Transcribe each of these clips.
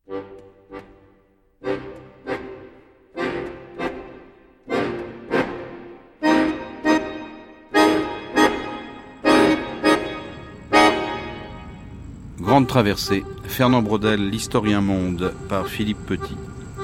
Grande traversée, Fernand Braudel, l'historien monde, par Philippe Petit.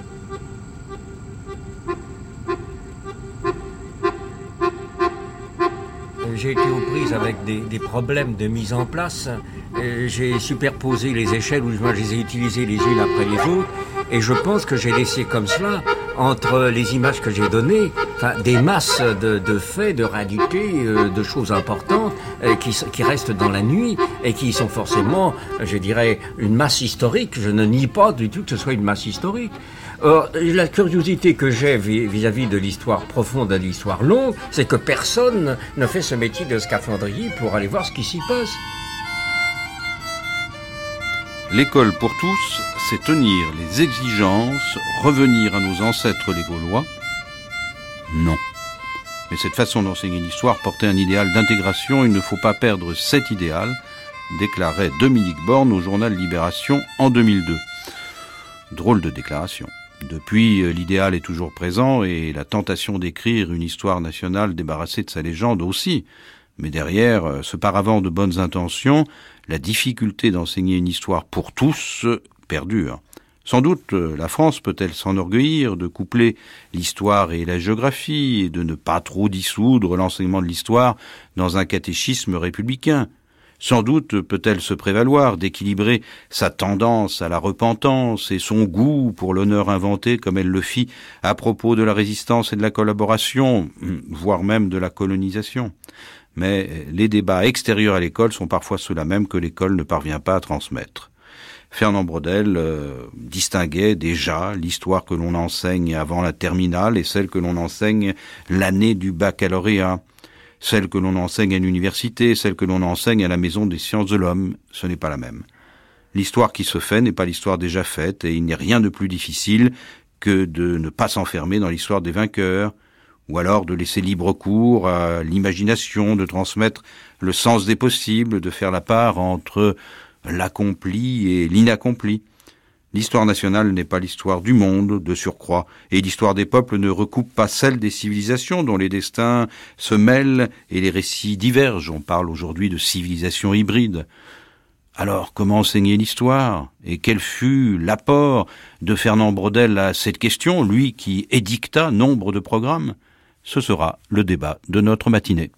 J'ai été aux prises avec des problèmes de mise en place. J'ai superposé les échelles, ou je les ai utilisées les unes après les autres, et je pense que j'ai laissé comme cela, entre les images que j'ai données, des masses de faits, de réalités, de choses importantes qui restent dans la nuit et qui sont forcément, je dirais, une masse historique. Je ne nie pas du tout que ce soit une masse historique. Or, la curiosité que j'ai vis-à-vis de l'histoire profonde et de l'histoire longue, c'est que personne ne fait ce métier de scaphandrier pour aller voir ce qui s'y passe. L'école pour tous, c'est tenir les exigences, revenir à nos ancêtres les Gaulois? Non. Mais cette façon d'enseigner l'histoire portait un idéal d'intégration, il ne faut pas perdre cet idéal, déclarait Dominique Borne au journal Libération en 2002. Drôle de déclaration. Depuis, l'idéal est toujours présent et la tentation d'écrire une histoire nationale débarrassée de sa légende aussi. Mais derrière ce paravent de bonnes intentions, la difficulté d'enseigner une histoire pour tous perdure. Sans doute, la France peut-elle s'enorgueillir de coupler l'histoire et la géographie et de ne pas trop dissoudre l'enseignement de l'histoire dans un catéchisme républicain. Sans doute peut-elle se prévaloir d'équilibrer sa tendance à la repentance et son goût pour l'honneur inventé comme elle le fit à propos de la résistance et de la collaboration, voire même de la colonisation. Mais les débats extérieurs à l'école sont parfois ceux-là même que l'école ne parvient pas à transmettre. Fernand Braudel distinguait déjà l'histoire que l'on enseigne avant la terminale et celle que l'on enseigne l'année du baccalauréat. Celle que l'on enseigne à l'université, celle que l'on enseigne à la Maison des sciences de l'homme, ce n'est pas la même. L'histoire qui se fait n'est pas l'histoire déjà faite, et il n'est rien de plus difficile que de ne pas s'enfermer dans l'histoire des vainqueurs, ou alors de laisser libre cours à l'imagination, de transmettre le sens des possibles, de faire la part entre l'accompli et l'inaccompli. L'histoire nationale n'est pas l'histoire du monde, de surcroît, et l'histoire des peuples ne recoupe pas celle des civilisations dont les destins se mêlent et les récits divergent. On parle aujourd'hui de civilisation hybride. Alors, comment enseigner l'histoire? Et quel fut l'apport de Fernand Braudel à cette question, lui qui édicta nombre de programmes? Ce sera le débat de notre matinée.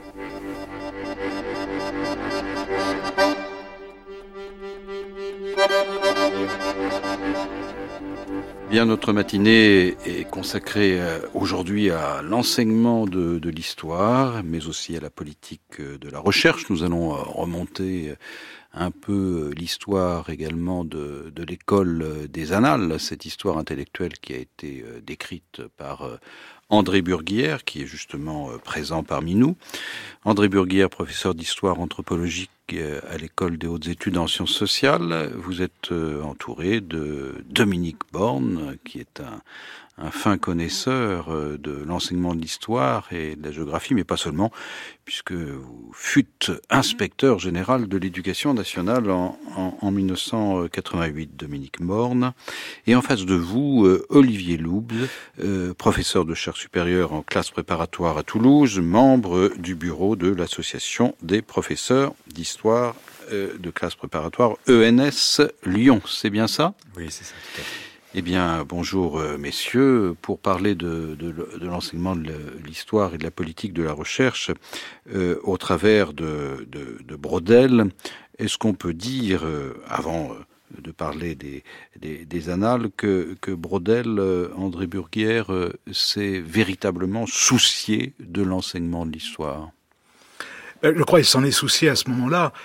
Bien, notre matinée est consacrée aujourd'hui à l'enseignement de l'histoire, mais aussi à la politique de la recherche. Nous allons remonter un peu l'histoire également de l'école des Annales, cette histoire intellectuelle qui a été décrite par André Burguière, qui est justement présent parmi nous. André Burguière, professeur d'histoire anthropologique à l'École des hautes études en sciences sociales. Vous êtes entouré de Dominique Borne, qui est un fin connaisseur de l'enseignement de l'histoire et de la géographie, mais pas seulement, puisque vous fûtes inspecteur général de l'éducation nationale en 1988, Dominique Borne. Et en face de vous, Olivier Loubs, professeur de chaire supérieure en classe préparatoire à Toulouse, membre du bureau de l'association des professeurs d'histoire de classe préparatoire ENS Lyon. C'est bien ça? Oui, c'est ça, tout à fait. Eh bien, bonjour messieurs. Pour parler de l'enseignement de l'histoire et de la politique de la recherche au travers de Braudel, est-ce qu'on peut dire, avant de parler des annales, que Braudel, André Burguière, s'est véritablement soucié de l'enseignement de l'histoire? Je crois qu'il s'en est soucié à ce moment-là.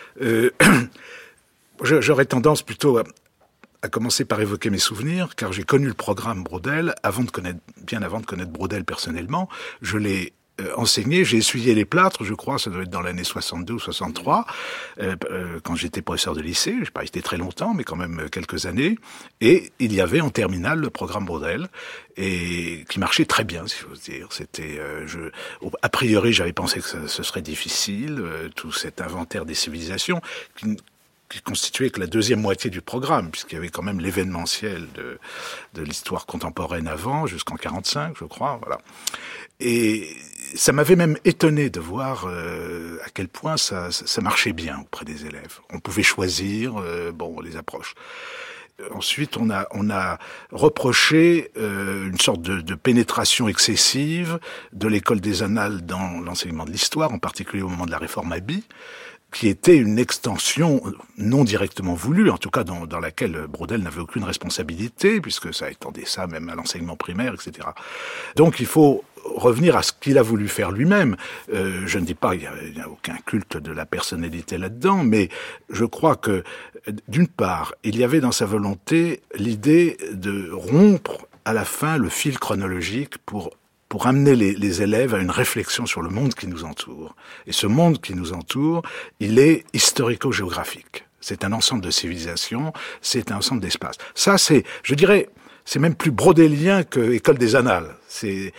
J'aurais tendance plutôt à commencer par évoquer mes souvenirs, car j'ai connu le programme Braudel bien avant de connaître Braudel personnellement. Je l'ai enseigné, j'ai essuyé les plâtres, je crois, ça doit être dans l'année 62 ou 63, quand j'étais professeur de lycée. J'ai pas été très longtemps, mais quand même quelques années. Et il y avait en terminale le programme Braudel, et qui marchait très bien, si j'ose dire. C'était, a priori, j'avais pensé que ce serait difficile, tout cet inventaire des civilisations, qui constituait que la deuxième moitié du programme, puisqu'il y avait quand même l'événementiel de l'histoire contemporaine avant, jusqu'en 45, je crois, voilà. Et ça m'avait même étonné de voir à quel point ça marchait bien auprès des élèves. On pouvait choisir les approches. Ensuite, on a reproché une sorte de pénétration excessive de l'école des annales dans l'enseignement de l'histoire, en particulier au moment de la réforme Haby, qui était une extension non directement voulue, en tout cas dans laquelle Braudel n'avait aucune responsabilité, puisque ça étendait ça même à l'enseignement primaire, etc. Donc il faut revenir à ce qu'il a voulu faire lui-même. Je ne dis pas qu'il n'y a aucun culte de la personnalité là-dedans, mais je crois que, d'une part, il y avait dans sa volonté l'idée de rompre à la fin le fil chronologique pour amener les élèves à une réflexion sur le monde qui nous entoure. Et ce monde qui nous entoure, il est historico-géographique. C'est un ensemble de civilisations, c'est un ensemble d'espaces. Ça, c'est même plus brodélien que École des Annales. C'est,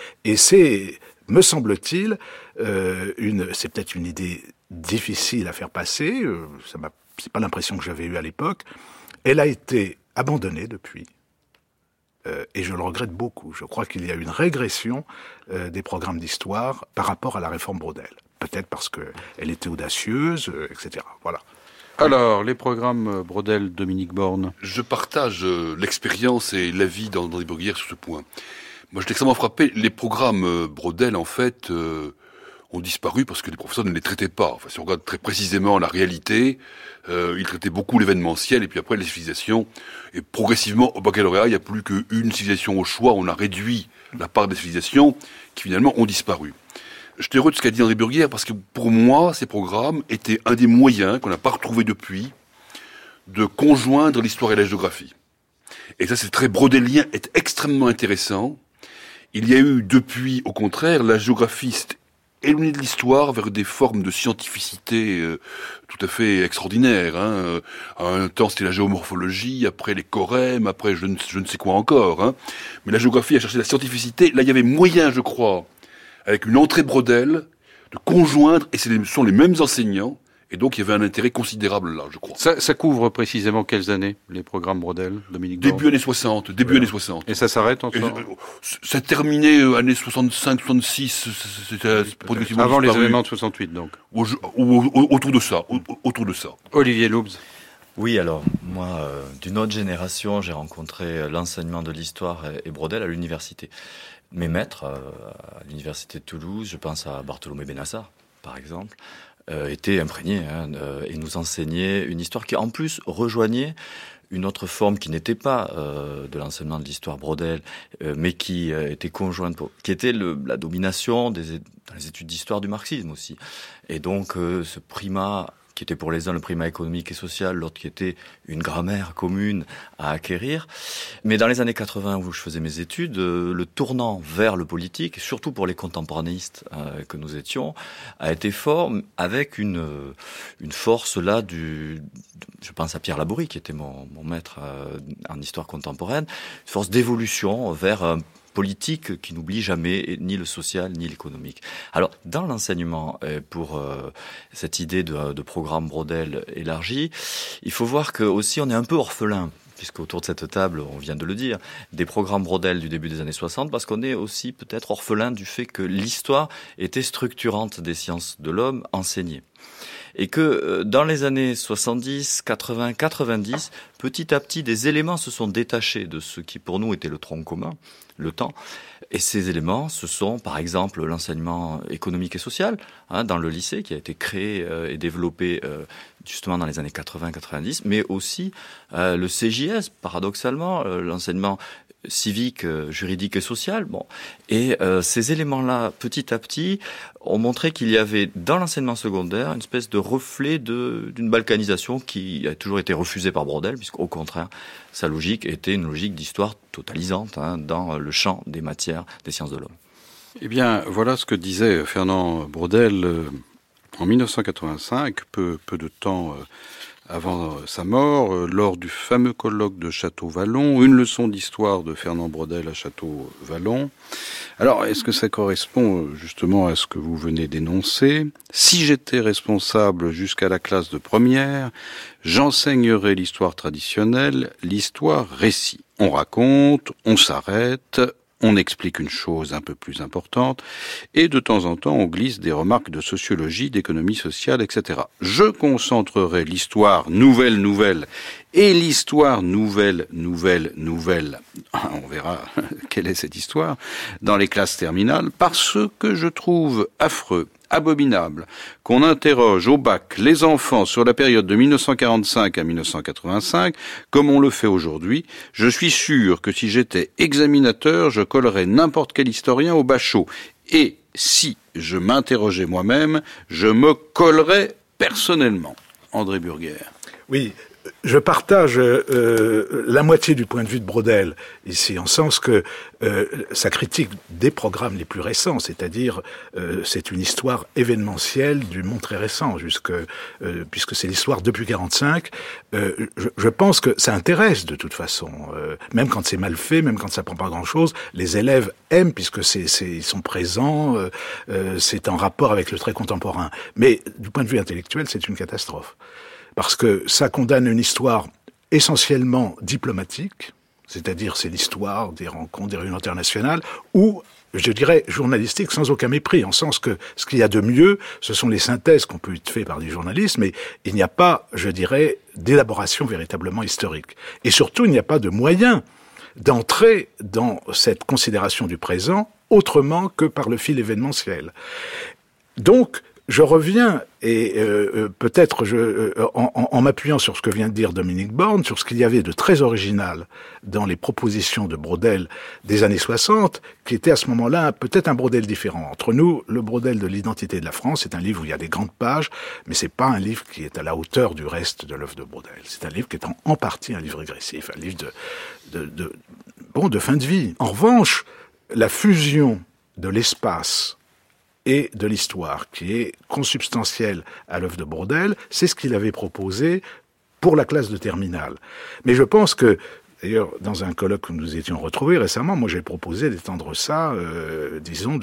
me semble-t-il, c'est peut-être une idée difficile à faire passer, c'est pas l'impression que j'avais eue à l'époque. Elle a été abandonnée depuis. Et je le regrette beaucoup. Je crois qu'il y a une régression des programmes d'histoire par rapport à la réforme Braudel. Peut-être parce qu'elle était audacieuse, etc. Voilà. Alors, les programmes Braudel, Dominique Borne. Je partage l'expérience et l'avis d'André Bruguière sur ce point. Moi, j'étais extrêmement frappé. Les programmes Braudel, en fait, ont disparu parce que les professeurs ne les traitaient pas. Enfin, si on regarde très précisément la réalité, ils traitaient beaucoup l'événementiel et puis après les civilisations. Et progressivement, au baccalauréat, il n'y a plus qu'une civilisation au choix. On a réduit la part des civilisations qui finalement ont disparu. J'étais heureux de ce qu'a dit André Bruguière parce que pour moi, ces programmes étaient un des moyens qu'on n'a pas retrouvé depuis de conjoindre l'histoire et la géographie. Et ça, c'est très brodélien, est extrêmement intéressant. Il y a eu depuis, au contraire, la géographie éloigné de l'histoire vers des formes de scientificité tout à fait extraordinaires. À un temps, c'était la géomorphologie, après les chorèmes, après je ne sais quoi encore. Mais la géographie a cherché la scientificité. Là, il y avait moyen, je crois, avec une entrée Braudel, de conjoindre, et ce sont les mêmes enseignants, et donc il y avait un intérêt considérable là, je crois. Ça couvre précisément quelles années, les programmes Braudel, Dominique Borne ? Début années 60, années 60. Et ça s'arrête en soi ? Ça terminé années 65, 66, c'était progressivement avant disparu. les événements de 68, donc. Autour de ça, autour de ça. Olivier Loubs. Oui, alors, moi, d'une autre génération, j'ai rencontré l'enseignement de l'histoire et Braudel à l'université. Mes maîtres, à l'université de Toulouse, je pense à Bartholomé Benassar, par exemple, étaient imprégnés et nous enseignaient une histoire qui, en plus, rejoignait une autre forme qui n'était pas de l'enseignement de l'histoire Braudel, mais qui était conjointe, qui était la domination dans les études d'histoire du marxisme aussi. Et donc, ce primat qui était pour les uns le primat économique et social, l'autre qui était une grammaire commune à acquérir. Mais dans les années 80 où je faisais mes études, le tournant vers le politique, surtout pour les contemporanéistes que nous étions, a été fort avec une force là je pense à Pierre Labourie, qui était mon maître en histoire contemporaine, une force d'évolution vers un politique qui n'oublie jamais ni le social ni l'économique. Alors, dans l'enseignement, pour cette idée de programme Braudel élargi, il faut voir que aussi on est un peu orphelin, puisque autour de cette table, on vient de le dire, des programmes Braudel du début des années 60, parce qu'on est aussi peut-être orphelin du fait que l'histoire était structurante des sciences de l'homme enseignées. Et que dans les années 70, 80, 90, petit à petit, des éléments se sont détachés de ce qui pour nous était le tronc commun, le temps. Et ces éléments, ce sont par exemple l'enseignement économique et social dans le lycée qui a été créé et développé justement dans les années 80-90, mais aussi le CJS, paradoxalement, l'enseignement civique, juridique et social. Bon, et ces éléments-là, petit à petit, ont montré qu'il y avait dans l'enseignement secondaire une espèce de reflet d'une balkanisation qui a toujours été refusée par Braudel, puisqu'au contraire, sa logique était une logique d'histoire totalisante dans le champ des matières des sciences de l'homme. Eh bien, voilà ce que disait Fernand Braudel en 1985, peu de temps avant sa mort, lors du fameux colloque de Château-Vallon, une leçon d'histoire de Fernand Braudel à Château-Vallon. Alors, est-ce que ça correspond justement à ce que vous venez d'énoncer ? Si j'étais responsable jusqu'à la classe de première, j'enseignerais l'histoire traditionnelle, l'histoire récit. On raconte, on s'arrête, on explique une chose un peu plus importante, et de temps en temps on glisse des remarques de sociologie, d'économie sociale, etc. Je concentrerai l'histoire nouvelle et l'histoire nouvelle, on verra quelle est cette histoire, dans les classes terminales, parce que je trouve affreux, abominable, qu'on interroge au bac les enfants sur la période de 1945 à 1985, comme on le fait aujourd'hui. Je suis sûr que si j'étais examinateur, je collerais n'importe quel historien au bachot. Et si je m'interrogeais moi-même, je me collerais personnellement. André Burger. Oui, je partage la moitié du point de vue de Braudel ici, en sens que sa critique des programmes les plus récents, c'est-à-dire c'est une histoire événementielle du monde très récent, puisque c'est l'histoire depuis 45. Je pense que ça intéresse de toute façon, même quand c'est mal fait, même quand ça prend pas grand-chose, les élèves aiment puisque ils sont présents, c'est en rapport avec le très contemporain. Mais du point de vue intellectuel, c'est une catastrophe. Parce que ça condamne une histoire essentiellement diplomatique, c'est-à-dire c'est l'histoire des rencontres, des réunions internationales, ou, je dirais, journalistique sans aucun mépris, en sens que ce qu'il y a de mieux, ce sont les synthèses qu'on peut être faites par des journalistes, mais il n'y a pas, je dirais, d'élaboration véritablement historique. Et surtout, il n'y a pas de moyen d'entrer dans cette considération du présent autrement que par le fil événementiel. Donc, je reviens, et peut-être en m'appuyant sur ce que vient de dire Dominique Borne, sur ce qu'il y avait de très original dans les propositions de Braudel des années 60, qui était à ce moment-là peut-être un Braudel différent. Entre nous, le Braudel de l'identité de la France, c'est un livre où il y a des grandes pages, mais c'est pas un livre qui est à la hauteur du reste de l'œuvre de Braudel. C'est un livre qui est en partie un livre régressif, un livre de fin de vie. En revanche, la fusion de l'espace et de l'histoire, qui est consubstantielle à l'œuvre de Braudel, c'est ce qu'il avait proposé pour la classe de terminale. Mais je pense que, d'ailleurs, dans un colloque où nous étions retrouvés récemment, moi j'ai proposé d'étendre ça, disons,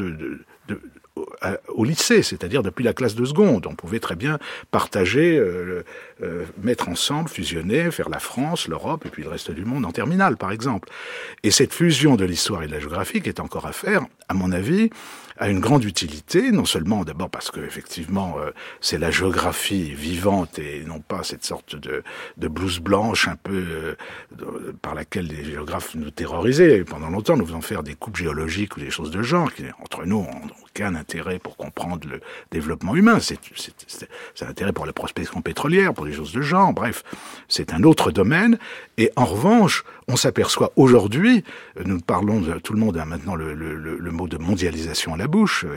au lycée, c'est-à-dire depuis la classe de seconde. On pouvait très bien partager, mettre ensemble, fusionner, faire la France, l'Europe et puis le reste du monde en terminale, par exemple. Et cette fusion de l'histoire et de la géographie qui est encore à faire, à mon avis, a une grande utilité, non seulement d'abord parce que effectivement c'est la géographie vivante et non pas cette sorte de blouse blanche un peu par laquelle les géographes nous terrorisaient. Pendant longtemps, nous faisons faire des coupes géologiques ou des choses de genre qui, entre nous, n'ont aucun intérêt pour comprendre le développement humain. C'est un intérêt pour la prospection pétrolière, pour des choses de genre, bref, c'est un autre domaine. Et en revanche, on s'aperçoit aujourd'hui, nous parlons, tout le monde a maintenant le mot de mondialisation à la bouche,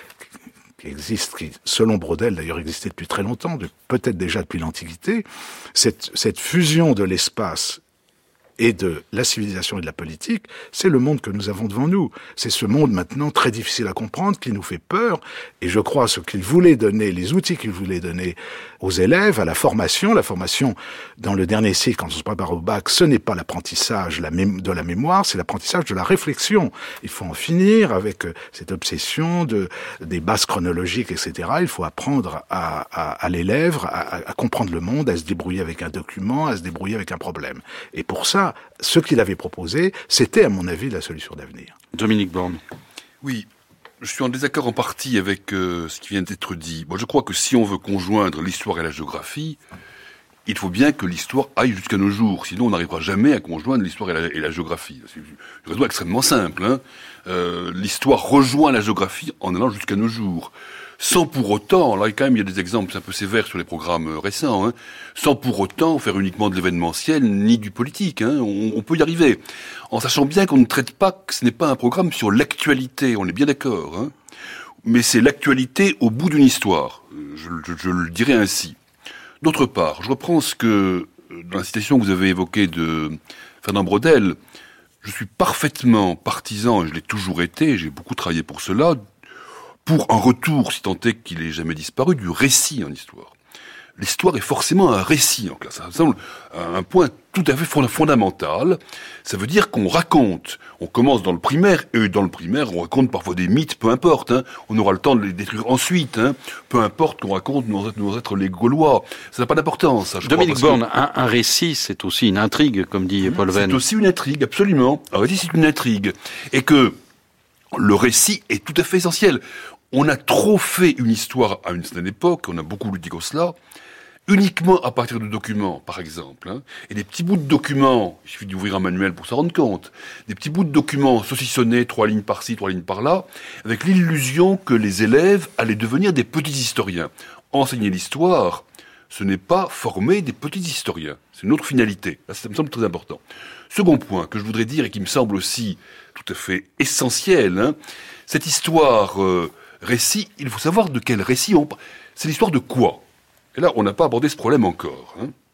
qui, selon Braudel, d'ailleurs existait depuis très longtemps, peut-être déjà depuis l'Antiquité, cette fusion de l'espace et de la civilisation et de la politique, c'est le monde que nous avons devant nous. C'est ce monde maintenant très difficile à comprendre, qui nous fait peur, et je crois ce qu'il voulait donner, les outils qu'il voulait donner aux élèves, à la formation dans le dernier cycle, quand on se prépare au bac, ce n'est pas l'apprentissage de la mémoire, c'est l'apprentissage de la réflexion. Il faut en finir avec cette obsession des bases chronologiques, etc. Il faut apprendre à l'élève à comprendre le monde, à se débrouiller avec un document, à se débrouiller avec un problème. Et pour ça, ce qu'il avait proposé, c'était, à mon avis, la solution d'avenir. Dominique Borne. Oui, je suis en désaccord en partie avec ce qui vient d'être dit. Moi, je crois que si on veut conjoindre l'histoire et la géographie, il faut bien que l'histoire aille jusqu'à nos jours. Sinon, on n'arrivera jamais à conjoindre l'histoire et la géographie. C'est une raison extrêmement simple. L'histoire rejoint la géographie en allant jusqu'à nos jours. Sans pour autant, là quand même il y a des exemples un peu sévères sur les programmes récents, sans pour autant faire uniquement de l'événementiel ni du politique. On peut y arriver, en sachant bien qu'on ne traite pas, que ce n'est pas un programme sur l'actualité, on est bien d'accord, mais c'est l'actualité au bout d'une histoire, je le dirais ainsi. D'autre part, je reprends ce que, dans la citation que vous avez évoquée de Fernand Braudel, je suis parfaitement partisan, et je l'ai toujours été, j'ai beaucoup travaillé pour cela, pour un retour, si tant est qu'il ait jamais disparu, du récit en histoire. l'histoire est forcément un récit en classe. Ça me semble un point tout à fait fondamental. Ça veut dire qu'on raconte. On commence dans le primaire, et dans le primaire, on raconte parfois des mythes, peu importe. On aura le temps de les détruire ensuite. Peu importe qu'on raconte nos êtres les Gaulois. Ça n'a pas d'importance. Ça, Dominique Borne, un récit, c'est aussi une intrigue, comme dit Paul Venn. C'est aussi une intrigue, absolument. Un récit, c'est une intrigue. Et que le récit est tout à fait essentiel. On a trop fait une histoire à une certaine époque, on a beaucoup lutté contre cela, uniquement à partir de documents, par exemple. Et des petits bouts de documents, il suffit d'ouvrir un manuel pour s'en rendre compte, des petits bouts de documents saucissonnés, 3 lignes par-ci, 3 lignes par-là, avec l'illusion que les élèves allaient devenir des petits historiens. Enseigner l'histoire, ce n'est pas former des petits historiens. C'est une autre finalité. Là, ça me semble très important. Second point que je voudrais dire et qui me semble aussi tout à fait essentiel, cette histoire récit, il faut savoir de quel récit on parle. C'est l'histoire de quoi ? Et là, on n'a pas abordé ce problème encore.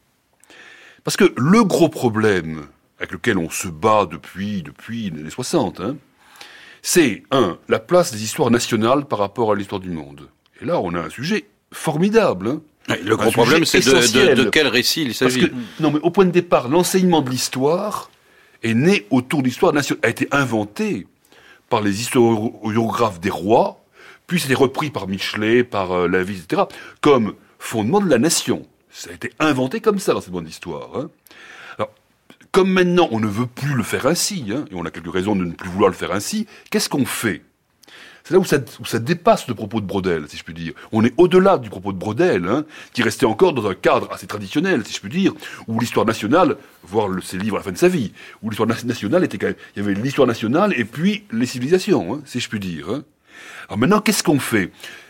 Parce que le gros problème avec lequel on se bat depuis les années 60, c'est, la place des histoires nationales par rapport à l'histoire du monde. Et là, on a un sujet formidable. Le gros problème, c'est de quel récit il s'agit. Non, mais au point de départ, l'enseignement de l'histoire est né autour de l'histoire nationale, a été inventé par les historiographes des rois, puis c'était repris par Michelet, par Lavie, etc., comme fondement de la nation. Ça a été inventé comme ça, l'enseignement de l'histoire. Alors, comme maintenant on ne veut plus le faire ainsi, et on a quelques raisons de ne plus vouloir le faire ainsi, qu'est-ce qu'on fait ? C'est là où ça dépasse le propos de Braudel, si je puis dire. On est au-delà du propos de Braudel, qui restait encore dans un cadre assez traditionnel, si je puis dire, où l'histoire nationale, voire ses livres à la fin de sa vie, où l'histoire nationale était quand même... Il y avait l'histoire nationale et puis les civilisations, si je puis dire. Alors maintenant, qu'est-ce qu'on fait ?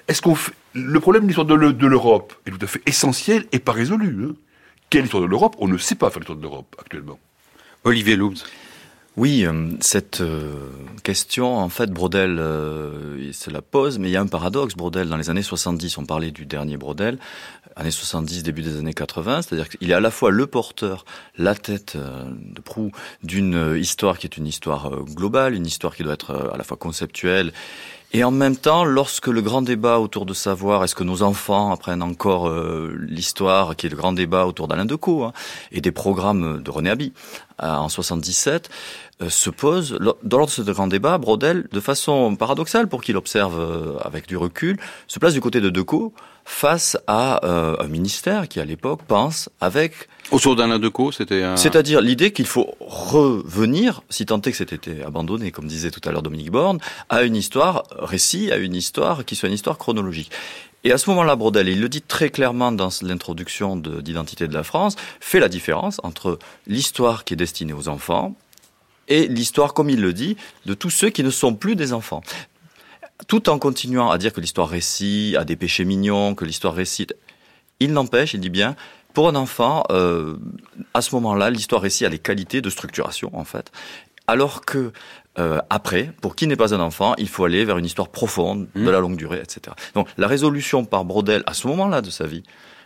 Le problème de l'histoire de l'Europe est tout à fait essentiel et pas résolu. Quelle histoire de l'Europe ? On ne sait pas faire l'histoire de l'Europe, actuellement. Olivier Loubs. Oui, cette question, en fait, Braudel il se la pose, mais il y a un paradoxe. Braudel, dans les années 70, on parlait du dernier Braudel, années 70, début des années 80, c'est-à-dire qu'il est à la fois le porteur, la tête de proue d'une histoire qui est une histoire globale, une histoire qui doit être à la fois conceptuelle, et en même temps, lorsque le grand débat autour de savoir est-ce que nos enfants apprennent encore l'histoire, qui est le grand débat autour d'Alain Decaux, et des programmes de René Haby en 77, se pose, dans ce grand débat, Braudel, de façon paradoxale, pour qu'il observe avec du recul, se place du côté de Decaux face à un ministère qui, à l'époque, pense avec... Autour d'Alain Decaux, C'est-à-dire l'idée qu'il faut revenir, si tant est que c'était été abandonné, comme disait tout à l'heure Dominique Borne, à une histoire récit, à une histoire qui soit une histoire chronologique. Et à ce moment-là, Braudel, il le dit très clairement dans l'introduction d'Identité de la France, fait la différence entre l'histoire qui est destinée aux enfants et l'histoire, comme il le dit, de tous ceux qui ne sont plus des enfants. Tout en continuant à dire que l'histoire récit a des péchés mignons, que l'histoire récit... Il n'empêche, il dit bien, pour un enfant, à ce moment-là, l'histoire récit a les qualités de structuration, en fait. Alors que, après, pour qui n'est pas un enfant, il faut aller vers une histoire profonde, de la longue durée, etc. Donc, la résolution par Braudel, à ce moment-là de sa vie,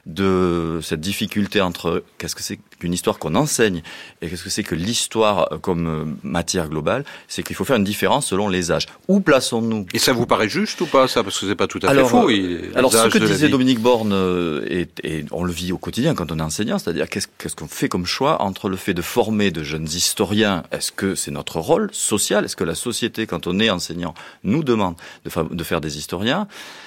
de cette difficulté entre qu'est-ce que c'est qu'une histoire qu'on enseigne et qu'est-ce que c'est que l'histoire comme matière globale, c'est qu'il faut faire une différence selon les âges. Où plaçons-nous ? Et ça vous paraît juste ou pas, ça ? Parce que c'est pas tout à fait faux. Alors ce que disait Dominique Borne, et on le vit au quotidien quand on est enseignant, c'est-à-dire qu'est-ce qu'on fait comme choix entre le fait de former de jeunes historiens, est-ce que c'est notre rôle social ? Est-ce que la société, quand on est enseignant, nous demande de faire des historiens ?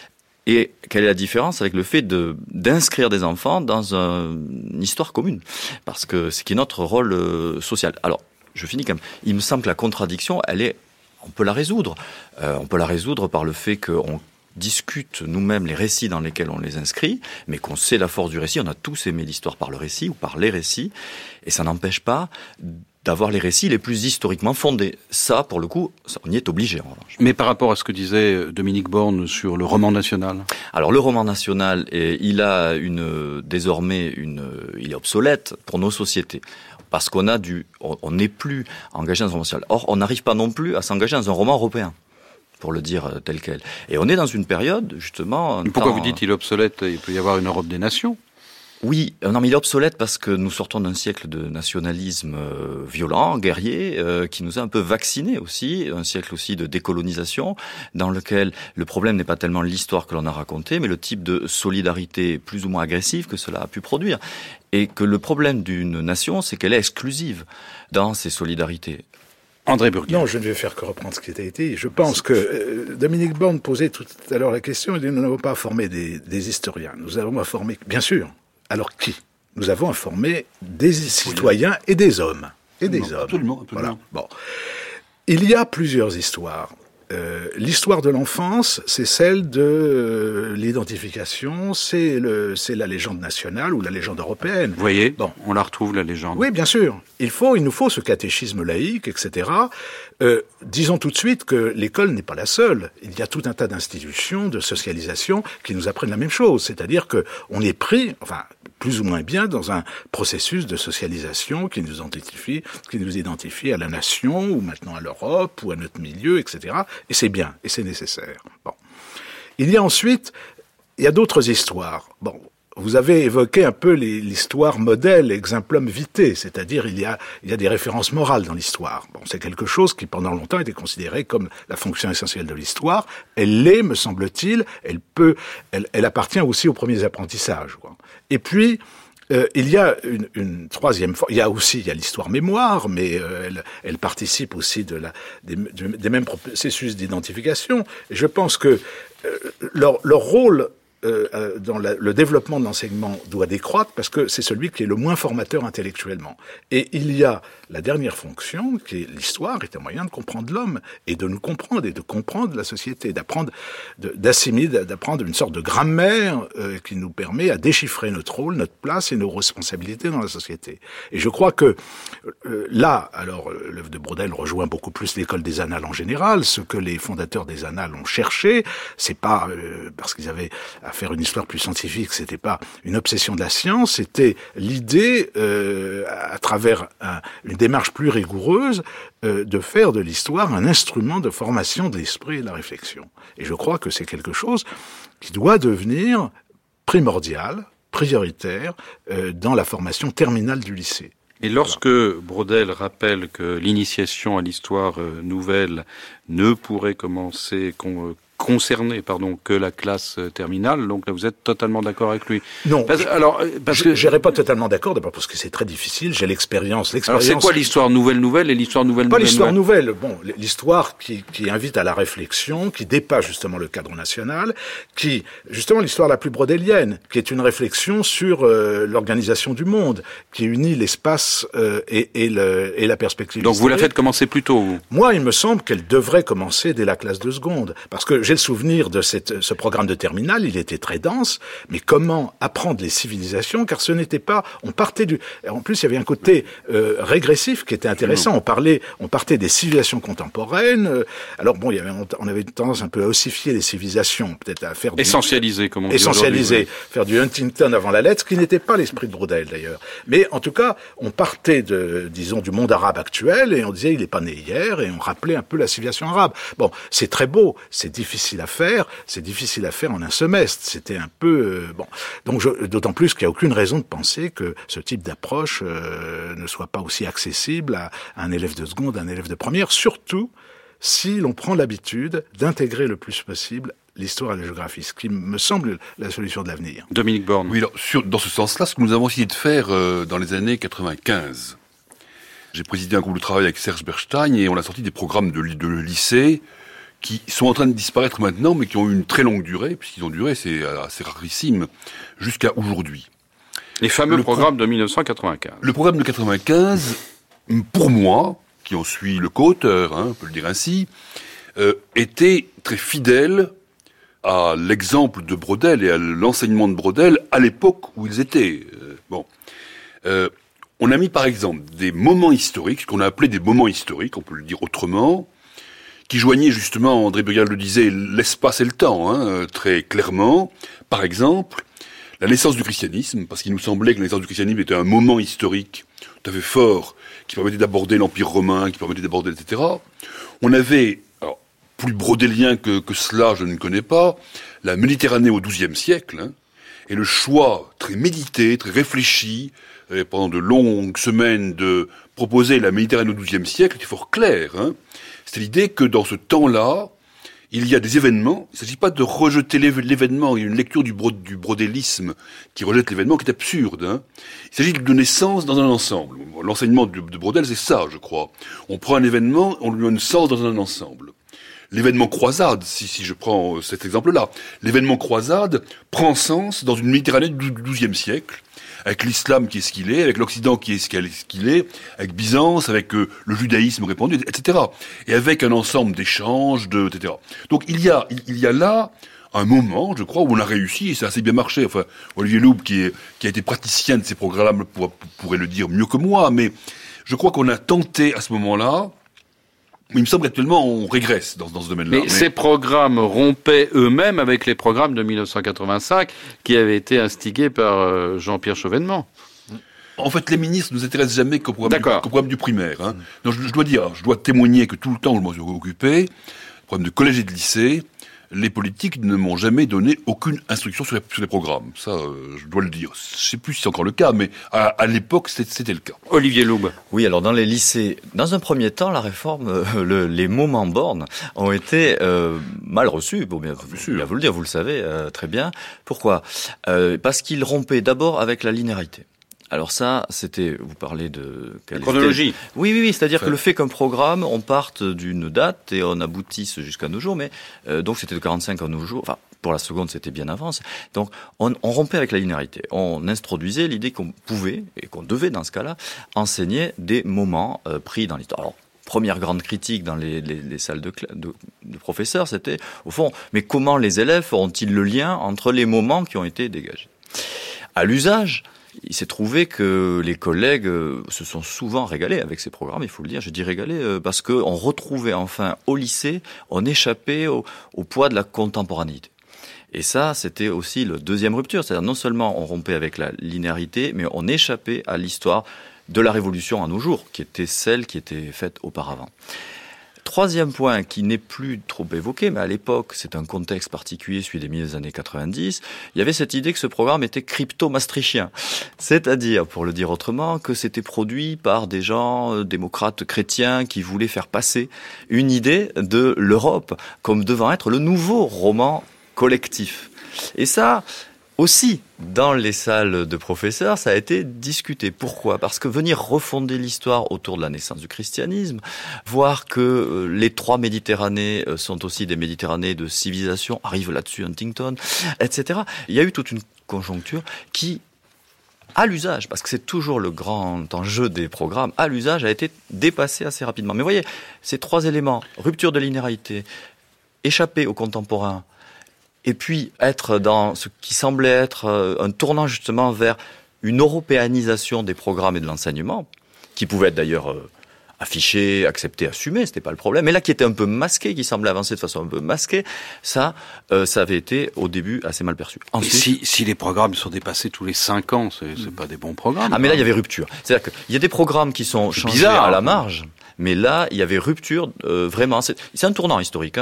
Et quelle est la différence avec le fait d'inscrire des enfants dans une histoire commune ? Parce que c'est qui est notre rôle social. Alors, je finis quand même. Il me semble que la contradiction, on peut la résoudre. On peut la résoudre par le fait qu'on discute nous-mêmes les récits dans lesquels on les inscrit, mais qu'on sait la force du récit. On a tous aimé l'histoire par le récit ou par les récits. Et ça n'empêche pas d'avoir les récits les plus historiquement fondés. Ça, pour le coup, on y est obligé, en revanche. Mais par rapport à ce que disait Dominique Borne sur le roman national ? Alors, le roman national, il a désormais il est obsolète pour nos sociétés. Parce on n'est plus engagé dans un roman national. Or, on n'arrive pas non plus à s'engager dans un roman européen, pour le dire tel quel. Et on est dans une période, justement... Pourquoi vous dites qu'il est obsolète ? Il peut y avoir une Europe des nations. Oui, non, mais il est obsolète parce que nous sortons d'un siècle de nationalisme violent, guerrier, qui nous a un peu vaccinés aussi, un siècle aussi de décolonisation, dans lequel le problème n'est pas tellement l'histoire que l'on a racontée, mais le type de solidarité plus ou moins agressive que cela a pu produire. Et que le problème d'une nation, c'est qu'elle est exclusive dans ses solidarités. André Burguin. Non, je ne vais faire que reprendre ce qui a été dit. Je pense que Dominique Borne posait tout à l'heure la question, il dit, nous n'avons pas à former des historiens, nous avons à former, bien sûr. Alors qui ? Nous avons à former des citoyens et des hommes. Absolument. Voilà. Bon. Il y a plusieurs histoires. L'histoire de l'enfance, c'est celle de l'identification, c'est la légende nationale ou la légende européenne. Vous voyez, on la retrouve, la légende. Oui, bien sûr. Il nous faut ce catéchisme laïque, etc. Disons tout de suite que l'école n'est pas la seule. Il y a tout un tas d'institutions, de socialisation qui nous apprennent la même chose. C'est-à-dire que on est pris, plus ou moins bien, dans un processus de socialisation qui nous identifie à la nation, ou maintenant à l'Europe, ou à notre milieu, etc. Et c'est bien, et c'est nécessaire. Bon. Il y a d'autres histoires. Bon. Vous avez évoqué un peu l'histoire modèle, exemplum vitae, c'est-à-dire il y a des références morales dans l'histoire. Bon, c'est quelque chose qui pendant longtemps était considéré comme la fonction essentielle de l'histoire. Elle l'est, me semble-t-il. Elle appartient aussi aux premiers apprentissages, quoi. Et puis il y a une troisième forme. Il y a l'histoire mémoire, mais elle participe aussi des mêmes processus d'identification. Et je pense que leur rôle dans le développement de l'enseignement doit décroître parce que c'est celui qui est le moins formateur intellectuellement. Et il y a la dernière fonction, qui est l'histoire, est un moyen de comprendre l'homme et de nous comprendre et de comprendre la société, d'apprendre une sorte de grammaire qui nous permet à déchiffrer notre rôle, notre place et nos responsabilités dans la société. Et je crois que l'œuvre de Braudel rejoint beaucoup plus l'école des Annales en général. Ce que les fondateurs des Annales ont cherché, c'est pas parce qu'ils avaient à faire une histoire plus scientifique, c'était pas une obsession de la science, c'était l'idée, à travers une démarche plus rigoureuse, de faire de l'histoire un instrument de formation de l'esprit et de la réflexion. Et je crois que c'est quelque chose qui doit devenir primordial, prioritaire, dans la formation terminale du lycée. Et lorsque Braudel rappelle que l'initiation à l'histoire nouvelle ne pourrait concerner que la classe terminale, donc là vous êtes totalement d'accord avec lui. Non, je n'irai pas totalement d'accord, d'abord parce que c'est très difficile, j'ai l'expérience. Alors c'est quoi l'histoire nouvelle et l'histoire nouvelle? Pas l'histoire nouvelle, l'histoire qui invite à la réflexion, qui dépasse justement le cadre national, justement l'histoire la plus brodélienne, qui est une réflexion sur l'organisation du monde, qui unit l'espace et la perspective donc historique. Vous la faites commencer plus tôt, vous? Moi, il me semble qu'elle devrait commencer dès la classe de seconde, parce que j'ai le souvenir de ce programme de terminale, il était très dense, mais comment apprendre les civilisations, car ce n'était pas, en plus il y avait un côté régressif qui était intéressant, on partait des civilisations contemporaines, alors bon, on avait une tendance un peu à ossifier les civilisations, peut-être à faire essentialiser, comme on dit essentialiser, faire du Huntington avant la lettre, ce qui n'était pas l'esprit de Braudel d'ailleurs. Mais en tout cas, on partait du monde arabe actuel, et on disait il n'est pas né hier, et on rappelait un peu la civilisation arabe. Bon, c'est très beau, c'est difficile à faire en un semestre. C'était un peu Donc d'autant plus qu'il n'y a aucune raison de penser que ce type d'approche ne soit pas aussi accessible à un élève de seconde, à un élève de première, surtout si l'on prend l'habitude d'intégrer le plus possible l'histoire et la géographie, ce qui me semble la solution de l'avenir. Dominique Borne. Oui, alors, dans ce sens-là, ce que nous avons essayé de faire dans les années 95. J'ai présidé un groupe de travail avec Serge Berstein et on a sorti des programmes de lycée qui sont en train de disparaître maintenant, mais qui ont eu une très longue durée, puisqu'ils ont duré, c'est assez rarissime, jusqu'à aujourd'hui. Les fameux programmes de 1995. Le programme de 95, pour moi, qui en suis le co-auteur, on peut le dire ainsi, était très fidèle à l'exemple de Braudel et à l'enseignement de Braudel à l'époque où ils étaient. On a mis par exemple des moments historiques, ce qu'on a appelé des moments historiques, on peut le dire autrement, qui joignait justement, André Burguin le disait, l'espace et le temps, très clairement. Par exemple, la naissance du christianisme, parce qu'il nous semblait que la naissance du christianisme était un moment historique tout à fait fort, qui permettait d'aborder l'Empire romain, qui permettait d'aborder, etc. On avait, alors, plus brodélien que cela, je ne connais pas, la Méditerranée au XIIe siècle, et le choix très médité, très réfléchi, pendant de longues semaines de proposer la Méditerranée au XIIe siècle, était fort clair. C'était l'idée que dans ce temps-là, il y a des événements. Il ne s'agit pas de rejeter l'événement. Il y a une lecture du brodélisme qui rejette l'événement qui est absurde. Il s'agit de donner sens dans un ensemble. L'enseignement de Braudel, c'est ça, je crois. On prend un événement, on lui donne sens dans un ensemble. L'événement croisade, si je prends cet exemple-là, l'événement croisade prend sens dans une Méditerranée du XIIe siècle, avec l'islam qui est ce qu'il est, avec l'Occident qui est ce qu'il est, avec Byzance, avec le judaïsme répandu, etc. Et avec un ensemble d'échanges, etc. Donc il y a là un moment, je crois, où on a réussi, et ça a assez bien marché. Enfin, Olivier Loub, qui a été praticien de ces programmes, pourrait le dire mieux que moi, mais je crois qu'on a tenté à ce moment-là. Il me semble qu'actuellement, on régresse dans ce domaine-là. Mais ces programmes rompaient eux-mêmes avec les programmes de 1985 qui avaient été instigés par Jean-Pierre Chevènement. En fait, les ministres ne nous intéressent jamais qu'au programme du primaire. Donc, je dois témoigner que tout le temps où je m'en suis occupé, le problème de collège et de lycée, les politiques ne m'ont jamais donné aucune instruction sur les programmes. Ça, je dois le dire. Je ne sais plus si c'est encore le cas, mais à l'époque, c'était le cas. Olivier Loub. Oui, alors dans les lycées, dans un premier temps, la réforme, les moments bornes ont été mal reçus. Bon, bien vous le dire, vous le savez très bien. Pourquoi ? Parce qu'ils rompaient d'abord avec la linéarité. Alors ça, vous parlez de... chronologie. Oui, c'est-à-dire que le fait qu'un programme, on parte d'une date et on aboutisse jusqu'à nos jours, mais donc c'était de 45 à nos jours, enfin pour la seconde c'était bien avant, donc on rompait avec la linéarité, on introduisait l'idée qu'on pouvait, et qu'on devait dans ce cas-là, enseigner des moments pris dans l'histoire. Alors, première grande critique dans les salles de professeurs, c'était au fond, mais comment les élèves feront-ils le lien entre les moments qui ont été dégagés ? À l'usage, il s'est trouvé que les collègues se sont souvent régalés avec ces programmes, il faut le dire. Je dis régalés parce qu'on retrouvait enfin au lycée, on échappait au poids de la contemporanéité. Et ça, c'était aussi la deuxième rupture. C'est-à-dire non seulement on rompait avec la linéarité, mais on échappait à l'histoire de la Révolution à nos jours, qui était celle qui était faite auparavant. Troisième point qui n'est plus trop évoqué, mais à l'époque, c'est un contexte particulier, celui des milieux des années 90, il y avait cette idée que ce programme était crypto-maastrichtien. C'est-à-dire, pour le dire autrement, que c'était produit par des gens démocrates chrétiens qui voulaient faire passer une idée de l'Europe comme devant être le nouveau roman collectif. Et ça, aussi, dans les salles de professeurs, ça a été discuté. Pourquoi ? Parce que venir refonder l'histoire autour de la naissance du christianisme, voir que les trois Méditerranées sont aussi des Méditerranées de civilisation, arrive là-dessus Huntington, etc. Il y a eu toute une conjoncture qui, à l'usage, parce que c'est toujours le grand enjeu des programmes, à l'usage a été dépassé assez rapidement. Mais vous voyez, ces trois éléments, rupture de linéarité, échapper aux contemporains, et puis être dans ce qui semblait être un tournant justement vers une européanisation des programmes et de l'enseignement, qui pouvait être d'ailleurs affiché, accepté, assumé, c'était pas le problème, mais là qui était un peu masqué, qui semblait avancer de façon un peu masquée, ça avait été au début assez mal perçu. Ensuite, si les programmes sont dépassés tous les 5 ans, c'est pas des bons programmes. Ah mais là il y avait rupture. C'est-à-dire qu'il y a des programmes qui sont changés à la marge. Mais là, il y avait rupture, vraiment. C'est un tournant historique,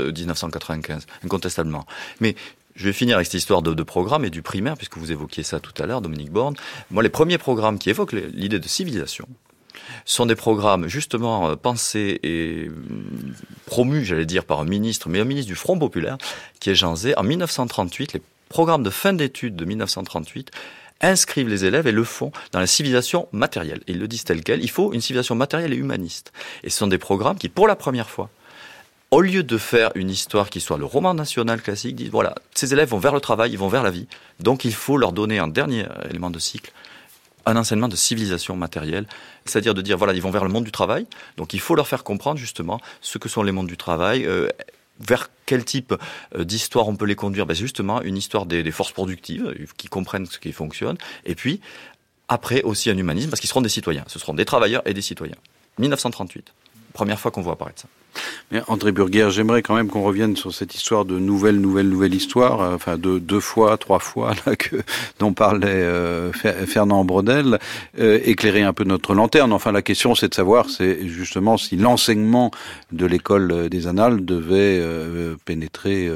1995, incontestablement. Mais je vais finir avec cette histoire de programme et du primaire, puisque vous évoquiez ça tout à l'heure, Dominique Borne. Moi, les premiers programmes qui évoquent l'idée de civilisation sont des programmes justement pensés et promus, j'allais dire, par un ministre du Front populaire, qui est Jean Zay. En 1938, les programmes de fin d'études de 1938 inscrivent les élèves et le font dans la civilisation matérielle. Ils le disent tel quel, il faut une civilisation matérielle et humaniste. Et ce sont des programmes qui, pour la première fois, au lieu de faire une histoire qui soit le roman national classique, disent voilà, ces élèves vont vers le travail, ils vont vers la vie, donc il faut leur donner un dernier élément de cycle, un enseignement de civilisation matérielle, c'est-à-dire de dire voilà, ils vont vers le monde du travail, donc il faut leur faire comprendre justement ce que sont les mondes du travail, vers quel type d'histoire on peut les conduire ? Ben justement, une histoire des forces productives qui comprennent ce qui fonctionne. Et puis, après aussi un humanisme, parce qu'ils seront des citoyens. Ce seront des travailleurs et des citoyens. 1938. Première fois qu'on voit apparaître ça. André Burguière, j'aimerais quand même qu'on revienne sur cette histoire de nouvelle histoire, enfin de 2 fois, 3 fois là dont parlait Fernand Braudel, éclairer un peu notre lanterne. Enfin, la question c'est de savoir, c'est justement si l'enseignement de l'école des Annales devait pénétrer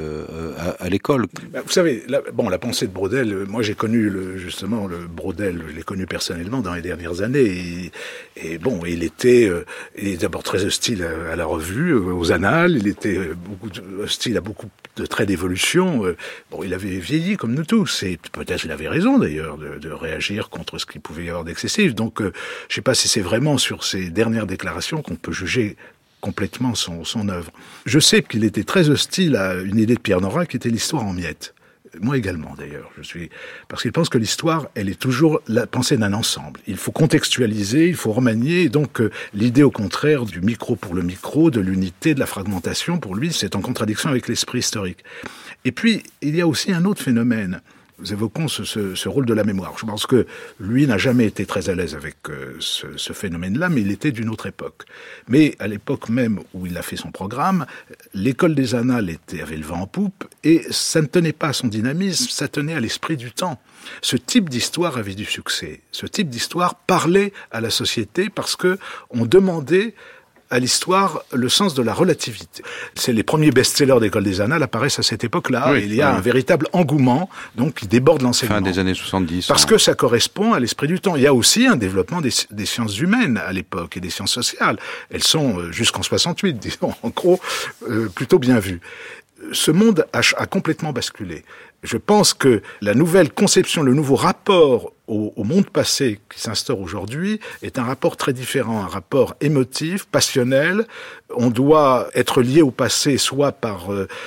à l'école. Vous savez, la pensée de Braudel, moi j'ai connu justement le Braudel, je l'ai connu personnellement dans les dernières années, et il était d'abord très hostile à la revue, aux Annales, il était hostile à beaucoup de traits d'évolution. Il avait vieilli comme nous tous, et peut-être il avait raison d'ailleurs de réagir contre ce qu'il pouvait y avoir d'excessif. Donc, je ne sais pas si c'est vraiment sur ces dernières déclarations qu'on peut juger complètement son œuvre. Je sais qu'il était très hostile à une idée de Pierre Nora qui était l'histoire en miettes. Moi également, d'ailleurs. Parce qu'il pense que l'histoire, elle est toujours la pensée d'un ensemble. Il faut contextualiser, il faut remanier. Et donc, l'idée, au contraire, du micro pour le micro, de l'unité, de la fragmentation, pour lui, c'est en contradiction avec l'esprit historique. Et puis, il y a aussi un autre phénomène. Nous évoquons ce rôle de la mémoire. Je pense que lui n'a jamais été très à l'aise avec ce phénomène-là, mais il était d'une autre époque. Mais à l'époque même où il a fait son programme, l'école des Annales avait le vent en poupe, et ça ne tenait pas à son dynamisme, ça tenait à l'esprit du temps. Ce type d'histoire avait du succès. Ce type d'histoire parlait à la société parce que on demandait à l'histoire le sens de la relativité. C'est les premiers best-sellers d'école des Annales apparaissent à cette époque-là. Oui, et il y a un véritable engouement, donc qui déborde l'enseignement. Fin des années 70. Parce que ça correspond à l'esprit du temps. Il y a aussi un développement des sciences humaines à l'époque et des sciences sociales. Elles sont jusqu'en 68, disons, en gros, plutôt bien vues. Ce monde a complètement basculé. Je pense que la nouvelle conception, le nouveau rapport au monde passé qui s'instaure aujourd'hui est un rapport très différent, un rapport émotif, passionnel. On doit être lié au passé soit par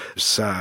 sa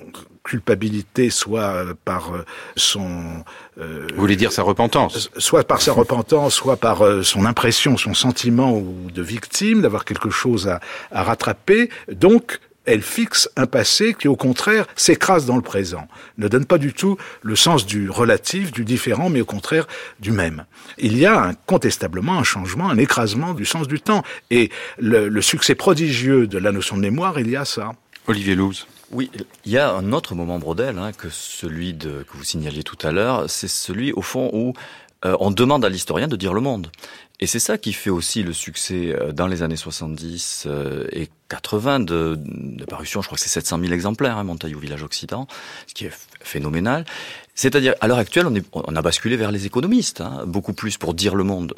culpabilité, soit par son... Vous voulez dire sa repentance ? Soit par sa repentance, soit par son impression, son sentiment de victime, d'avoir quelque chose à rattraper. Donc, elle fixe un passé qui, au contraire, s'écrase dans le présent, ne donne pas du tout le sens du relatif, du différent, mais au contraire du même. Il y a incontestablement un changement, un écrasement du sens du temps. Et le succès prodigieux de la notion de mémoire, il y a ça. Olivier Louze. Oui, il y a un autre moment Braudel que celui que vous signaliez tout à l'heure, c'est celui, au fond, où on demande à l'historien de dire le monde. Et c'est ça qui fait aussi le succès dans les années 70 et 80 de parution. Je crois que c'est 700 000 exemplaires, Montaillou Village Occident, ce qui est phénoménal. C'est-à-dire, à l'heure actuelle, on a basculé vers les économistes, beaucoup plus pour dire le monde.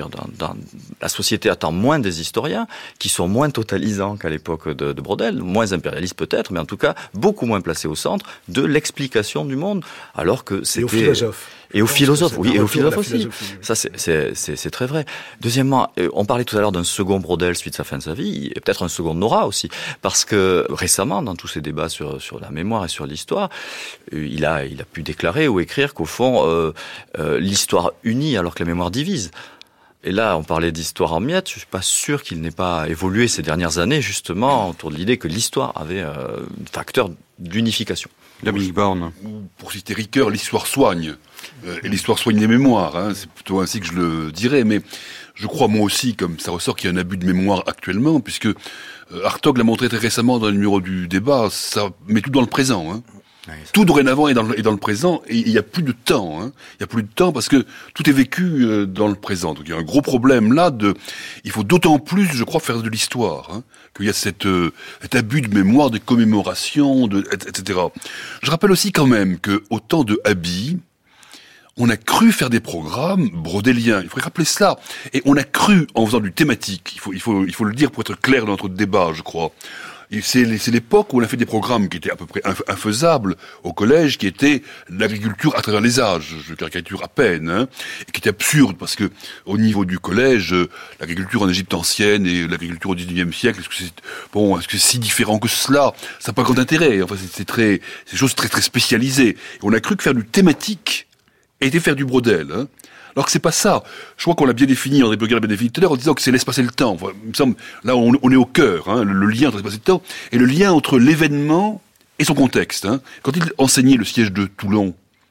La société attend moins des historiens, qui sont moins totalisants qu'à l'époque de Braudel, moins impérialistes peut-être, mais en tout cas beaucoup moins placés au centre de l'explication du monde, alors que c'était... Et aux philosophes. Et aux philosophes, oui, et aux philosophes aussi. Ça, c'est très vrai. Deuxièmement, on parlait tout à l'heure d'un second Braudel suite à sa fin de sa vie, et peut-être un second Nora aussi, parce que récemment, dans tous ces débats sur la mémoire et sur l'histoire, il a pu déclarer ou écrire qu'au fond, l'histoire unit alors que la mémoire divise. Et là, on parlait d'histoire en miettes. Je suis pas sûr qu'il n'ait pas évolué ces dernières années, justement, autour de l'idée que l'histoire avait un facteur d'unification. Dominique Borne. Pour citer Ricoeur, l'histoire soigne. Et l'histoire soigne les mémoires. C'est plutôt ainsi que je le dirais. Mais je crois, moi aussi, comme ça ressort, qu'il y a un abus de mémoire actuellement, puisque Hartog l'a montré très récemment dans le numéro du débat, ça met tout dans le présent. Ouais, tout dorénavant est dans le présent, et il n'y a plus de temps. Il n'y a plus de temps parce que tout est vécu dans le présent. Donc il y a un gros problème là il faut d'autant plus, je crois, faire de l'histoire, qu'il y a cet abus de mémoire, des commémorations, etc. Je rappelle aussi quand même que au temps de Haby, on a cru faire des programmes brodéliens. Il faudrait rappeler cela. Et on a cru en faisant du thématique. Il faut le dire pour être clair dans notre débat, je crois. Et c'est l'époque où on a fait des programmes qui étaient à peu près infaisables au collège, qui étaient l'agriculture à travers les âges, je caricature à peine, et qui était absurde parce que au niveau du collège, l'agriculture en Égypte ancienne et l'agriculture au XIXe siècle, est-ce que c'est si différent que cela? Ça n'a pas grand intérêt. Enfin, c'est des choses très très spécialisées. Et on a cru que faire du thématique était faire du Braudel. Alors que c'est pas ça. Je crois qu'on l'a bien défini, André Burguière l'a bien défini tout à l'heure, en disant que c'est l'espace et le temps. Enfin, il me semble, là, on est au cœur, le lien entre l'espace et le temps, et le lien entre l'événement et son contexte. Quand il enseignait le siège de Toulon,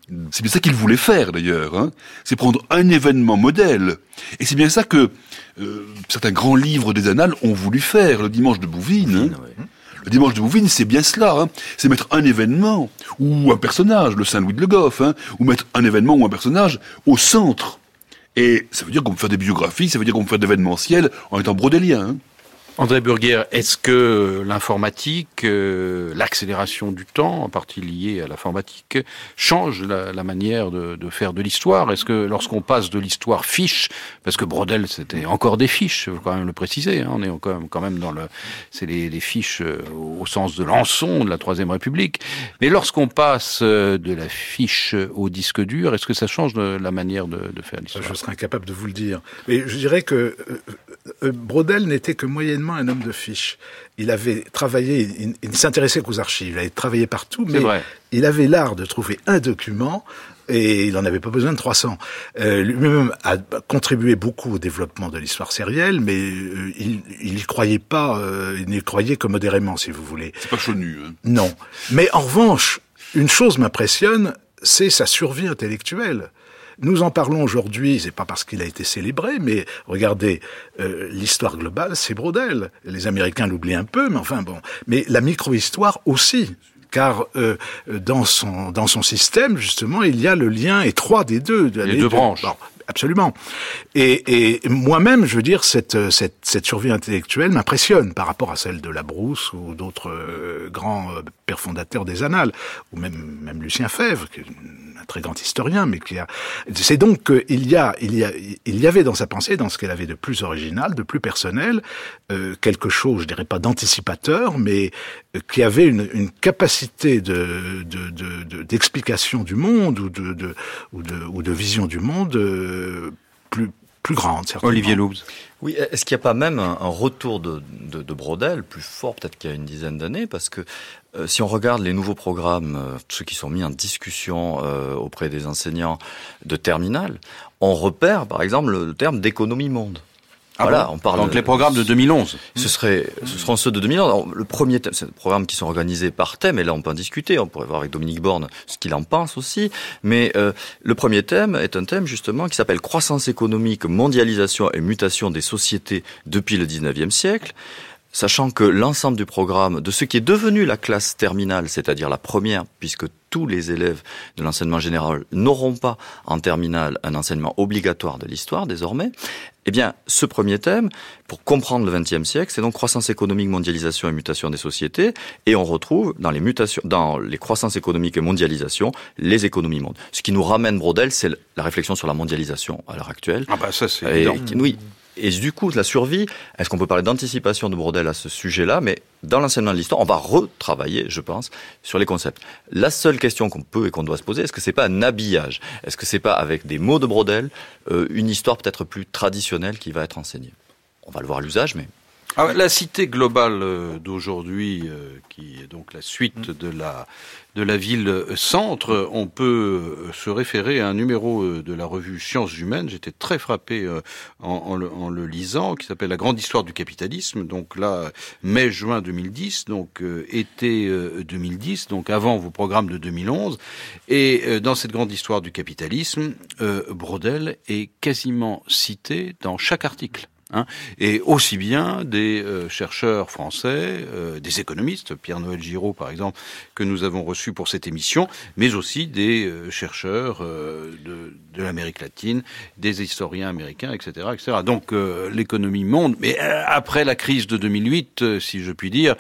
C'est bien ça qu'il voulait faire d'ailleurs, hein. C'est prendre un événement modèle. Et c'est bien ça que certains grands livres des annales ont voulu faire. Le Dimanche de Bouvines, hein. Le Dimanche de Bouvines, c'est bien cela, hein. C'est mettre un événement ou un personnage, le Saint-Louis de Le Goff, hein, ou mettre un événement ou un personnage au centre. Et ça veut dire qu'on peut faire des biographies, ça veut dire qu'on peut faire d'événementiel en étant brodélien, hein. André Burguière, est-ce que l'informatique, l'accélération du temps, en partie liée à l'informatique, change la manière de faire de l'histoire? Est-ce que lorsqu'on passe de l'histoire fiche, parce que Braudel c'était encore des fiches, il faut quand même le préciser, hein, on est quand même dans c'est les fiches au sens de Lançon, de la Troisième République, mais lorsqu'on passe de la fiche au disque dur, est-ce que ça change la manière de faire l'histoire? Je serais incapable de vous le dire. Mais je dirais que Braudel n'était que moyennement un homme de fiche. Il avait travaillé, il ne s'intéressait qu'aux archives, il avait travaillé partout, mais il avait l'art de trouver un document et il n'en avait pas besoin de 300. Lui-même a contribué beaucoup au développement de l'histoire sérielle, mais il n'y croyait pas, il n'y croyait que modérément, si vous voulez. C'est pas chonu, hein. Non. Mais en revanche, une chose m'impressionne, c'est sa survie intellectuelle. Nous en parlons aujourd'hui, c'est pas parce qu'il a été célébré, mais regardez, l'histoire globale, c'est Braudel. Les Américains l'oublient un peu, mais enfin bon. Mais la micro-histoire aussi, car dans son système, justement, il y a le lien étroit des deux. Les deux branches. Bon, absolument. Et moi-même, je veux dire, cette survie intellectuelle m'impressionne par rapport à celle de Labrousse ou d'autres grands pères fondateurs des annales, ou même Lucien Febvre, qui est un très grand historien, mais c'est donc qu'il y avait dans sa pensée, dans ce qu'elle avait de plus original, de plus personnel, quelque chose, je dirais pas d'anticipateur, mais qui avait une capacité d'explication du monde ou de vision du monde plus grande, certainement. Olivier Loubs. Oui, est-ce qu'il n'y a pas même un retour de Braudel plus fort peut-être qu'il y a une dizaine d'années, parce que si on regarde les nouveaux programmes, ceux qui sont mis en discussion auprès des enseignants de terminale, on repère par exemple le terme d'économie monde. Ah voilà, bon, on parle donc les programmes de 2011. Ce seront ceux de 2011. Le premier thème, c'est des programmes qui sont organisés par thème, et là on peut en discuter, on pourrait voir avec Dominique Borne ce qu'il en pense aussi, mais le premier thème est un thème justement qui s'appelle croissance économique, mondialisation et mutation des sociétés depuis le 19e siècle. Sachant que l'ensemble du programme, de ce qui est devenu la classe terminale, c'est-à-dire la première, puisque tous les élèves de l'enseignement général n'auront pas en terminale un enseignement obligatoire de l'histoire désormais, eh bien, ce premier thème, pour comprendre le XXe siècle, c'est donc croissance économique, mondialisation et mutation des sociétés, et on retrouve dans les croissances économiques et mondialisation, les économies mondes. Ce qui nous ramène Braudel, c'est la réflexion sur la mondialisation à l'heure actuelle. Ah bah ça c'est évident. Oui. Et du coup, la survie, est-ce qu'on peut parler d'anticipation de Braudel à ce sujet-là? Mais dans l'enseignement de l'histoire, on va retravailler, je pense, sur les concepts. La seule question qu'on peut et qu'on doit se poser, est-ce que c'est pas un habillage? Est-ce que c'est pas avec des mots de Braudel, une histoire peut-être plus traditionnelle qui va être enseignée? On va le voir à l'usage, mais... Ah, la cité globale d'aujourd'hui, qui est donc la suite de la ville-centre, on peut se référer à un numéro de la revue Sciences Humaines. J'étais très frappé en le lisant, qui s'appelle La Grande Histoire du Capitalisme. Donc là, mai-juin 2010, donc été 2010, donc avant vos programmes de 2011. Et dans cette Grande Histoire du Capitalisme, Braudel est quasiment cité dans chaque article. Et aussi bien des chercheurs français, des économistes, Pierre-Noël Giraud par exemple, que nous avons reçu pour cette émission, mais aussi des chercheurs de l'Amérique latine, des historiens américains, etc., etc. Donc l'économie monde, mais après la crise de 2008, si je puis dire,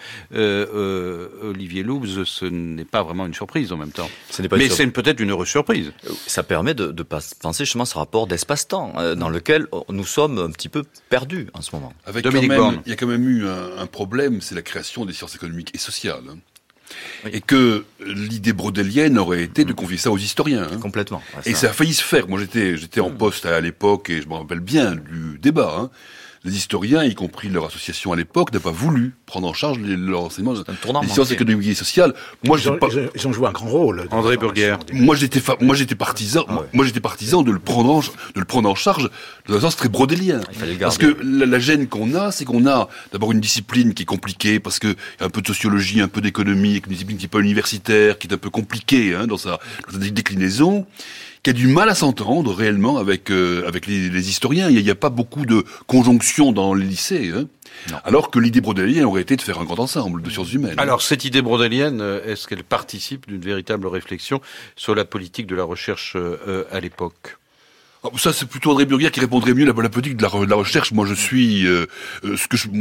Olivier Loubs, ce n'est pas vraiment une surprise en même temps. Mais c'est peut-être une heureuse surprise. Ça permet de penser justement ce rapport d'espace-temps dans lequel nous sommes un petit peu perdus en ce moment. Il y a quand même eu un problème, c'est la création des sciences économiques et sociales. Oui. Et que l'idée braudelienne aurait été de confier ça aux historiens. Complètement. Et ça a failli se faire. Moi, j'étais en poste à l'époque et je me rappelle bien du débat. les historiens, y compris leur association à l'époque, n'ont pas voulu prendre en charge l'enseignement des sciences économiques et sociales. Moi, ils ont joué un grand rôle. André Burguère. Moi, j'étais partisan de le prendre en charge dans un sens très brodélien. Parce que la gêne qu'on a, c'est qu'on a d'abord une discipline qui est compliquée, parce que y a un peu de sociologie, un peu d'économie, une discipline qui n'est pas universitaire, qui est un peu compliquée dans sa déclinaison, qui a du mal à s'entendre réellement avec les historiens. Il n'y a pas beaucoup de conjonctions dans les lycées, alors que l'idée brodélienne aurait été de faire un grand ensemble de sciences humaines. Alors, cette idée brodélienne, est-ce qu'elle participe d'une véritable réflexion sur la politique de la recherche à l'époque ? Ça, c'est plutôt André Burguère qui répondrait mieux à la politique de la recherche. Moi, je suis c'est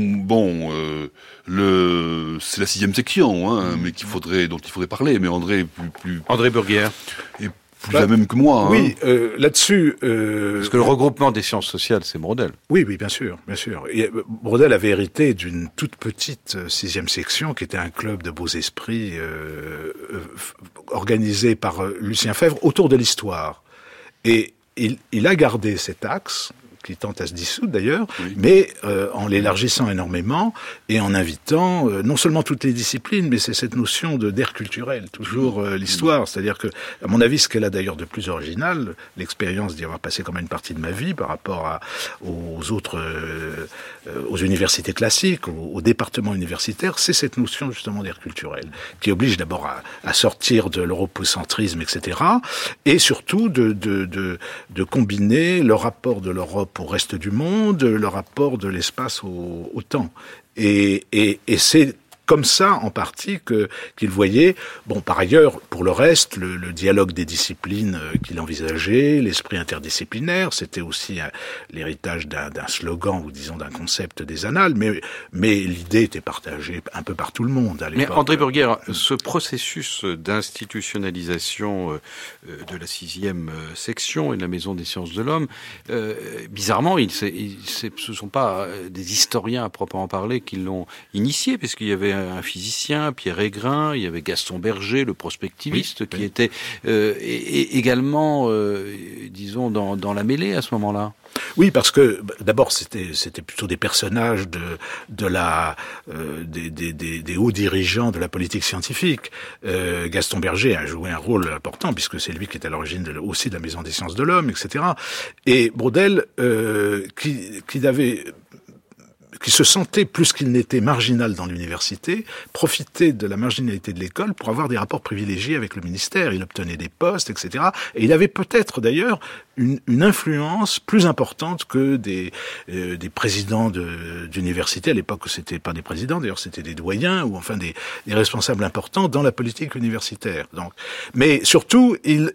la 6e section, mais dont il faudrait parler. Mais André André Burguère est plus à même que moi. Oui, là-dessus. Parce que le regroupement des sciences sociales, c'est Braudel. Oui, bien sûr. Et Braudel avait hérité d'une toute petite 6e section qui était un club de beaux esprits organisé par Lucien Febvre autour de l'histoire. Et il a gardé cet axe, qui tente à se dissoudre d'ailleurs, mais en l'élargissant énormément et en invitant non seulement toutes les disciplines, mais c'est cette notion d'air culturel, toujours l'histoire. C'est-à-dire que, à mon avis, ce qu'elle a d'ailleurs de plus original, l'expérience d'y avoir passé quand même une partie de ma vie par rapport aux universités classiques, aux départements universitaires, c'est cette notion justement d'air culturel, qui oblige d'abord à sortir de l'europocentrisme, etc., et surtout de combiner le rapport de l'Europe au reste du monde, le rapport de l'espace au temps. Et c'est comme ça, en partie, qu'il voyait, par ailleurs, pour le reste, le dialogue des disciplines qu'il envisageait, l'esprit interdisciplinaire, c'était aussi l'héritage d'un slogan, ou disons d'un concept des annales, mais l'idée était partagée un peu par tout le monde à l'époque. Mais André Burguère, ce processus d'institutionnalisation de la 6e section et de la Maison des sciences de l'homme, bizarrement, ce sont pas des historiens à proprement parler qui l'ont initié, puisqu'il y avait un physicien, Pierre Aigrin, il y avait Gaston Berger, le prospectiviste, qui était également, disons, dans la mêlée à ce moment-là. Oui, parce que d'abord c'était plutôt des personnages des hauts dirigeants de la politique scientifique. Gaston Berger a joué un rôle important puisque c'est lui qui est à l'origine aussi de la Maison des sciences de l'homme, etc. Et Braudel, qui se sentait plus qu'il n'était marginal dans l'université, profitait de la marginalité de l'école pour avoir des rapports privilégiés avec le ministère. Il obtenait des postes, etc. Et il avait peut-être d'ailleurs une influence plus importante que des présidents d'université. À l'époque, c'était pas des présidents, d'ailleurs, c'était des doyens ou enfin des responsables importants dans la politique universitaire. Donc, mais surtout,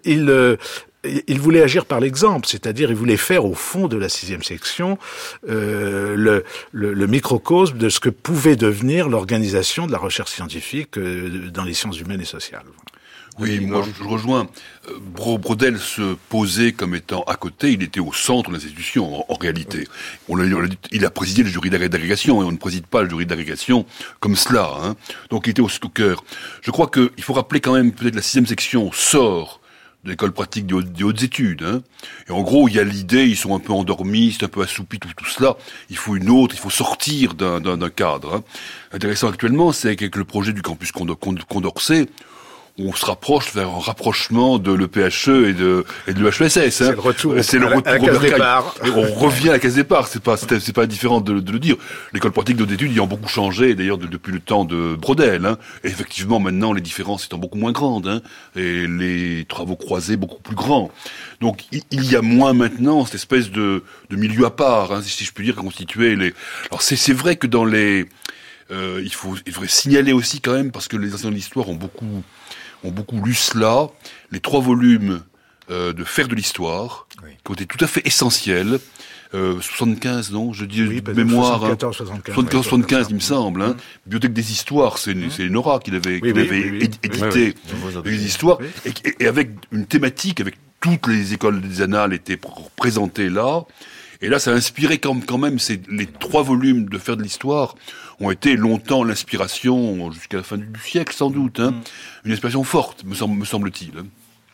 il voulait agir par l'exemple, c'est-à-dire il voulait faire au fond de la 6e section le microcosme de ce que pouvait devenir l'organisation de la recherche scientifique dans les sciences humaines et sociales. Oui, moi je rejoins. Braudel se posait comme étant à côté, il était au centre de l'institution en réalité. Il a présidé le jury d'agrégation et on ne préside pas le jury d'agrégation comme cela. Donc il était au cœur. Je crois qu'il faut rappeler quand même peut-être la 6e section sort de l'école pratique des hautes études. Et en gros, il y a l'idée, ils sont un peu endormis, c'est un peu assoupi tout cela. Il faut il faut sortir d'un cadre. Intéressant actuellement, c'est qu'avec le projet du campus Condorcet, on se rapproche vers un rapprochement de l'EPHE et de l'EHESS. C'est le retour à la case départ. On revient à la case départ. C'est pas indifférent de le dire. L'école pratique de d'études ayant beaucoup changé, d'ailleurs, depuis le temps de Braudel. Et effectivement, maintenant, les différences étant beaucoup moins grandes, et les travaux croisés beaucoup plus grands. Donc, il y a moins maintenant cette espèce de milieu à part, si je puis dire, constitué Alors, c'est vrai que dans les, il faudrait signaler aussi quand même, parce que les enseignants de l'histoire ont beaucoup lu cela, les 3 volumes de Faire de l'histoire, qui ont été tout à fait essentiels. 75, non, je dis de mémoire. 74-75, il me semble. Bibliothèque des histoires, c'est Nora qui l'avait édité. Les histoires, et avec une thématique, avec toutes les écoles des annales étaient représentées là. Et là, ça a inspiré quand même, les 3 volumes de Faire de l'histoire ont été longtemps l'inspiration, jusqu'à la fin du siècle sans doute, une inspiration forte, me semble-t-il.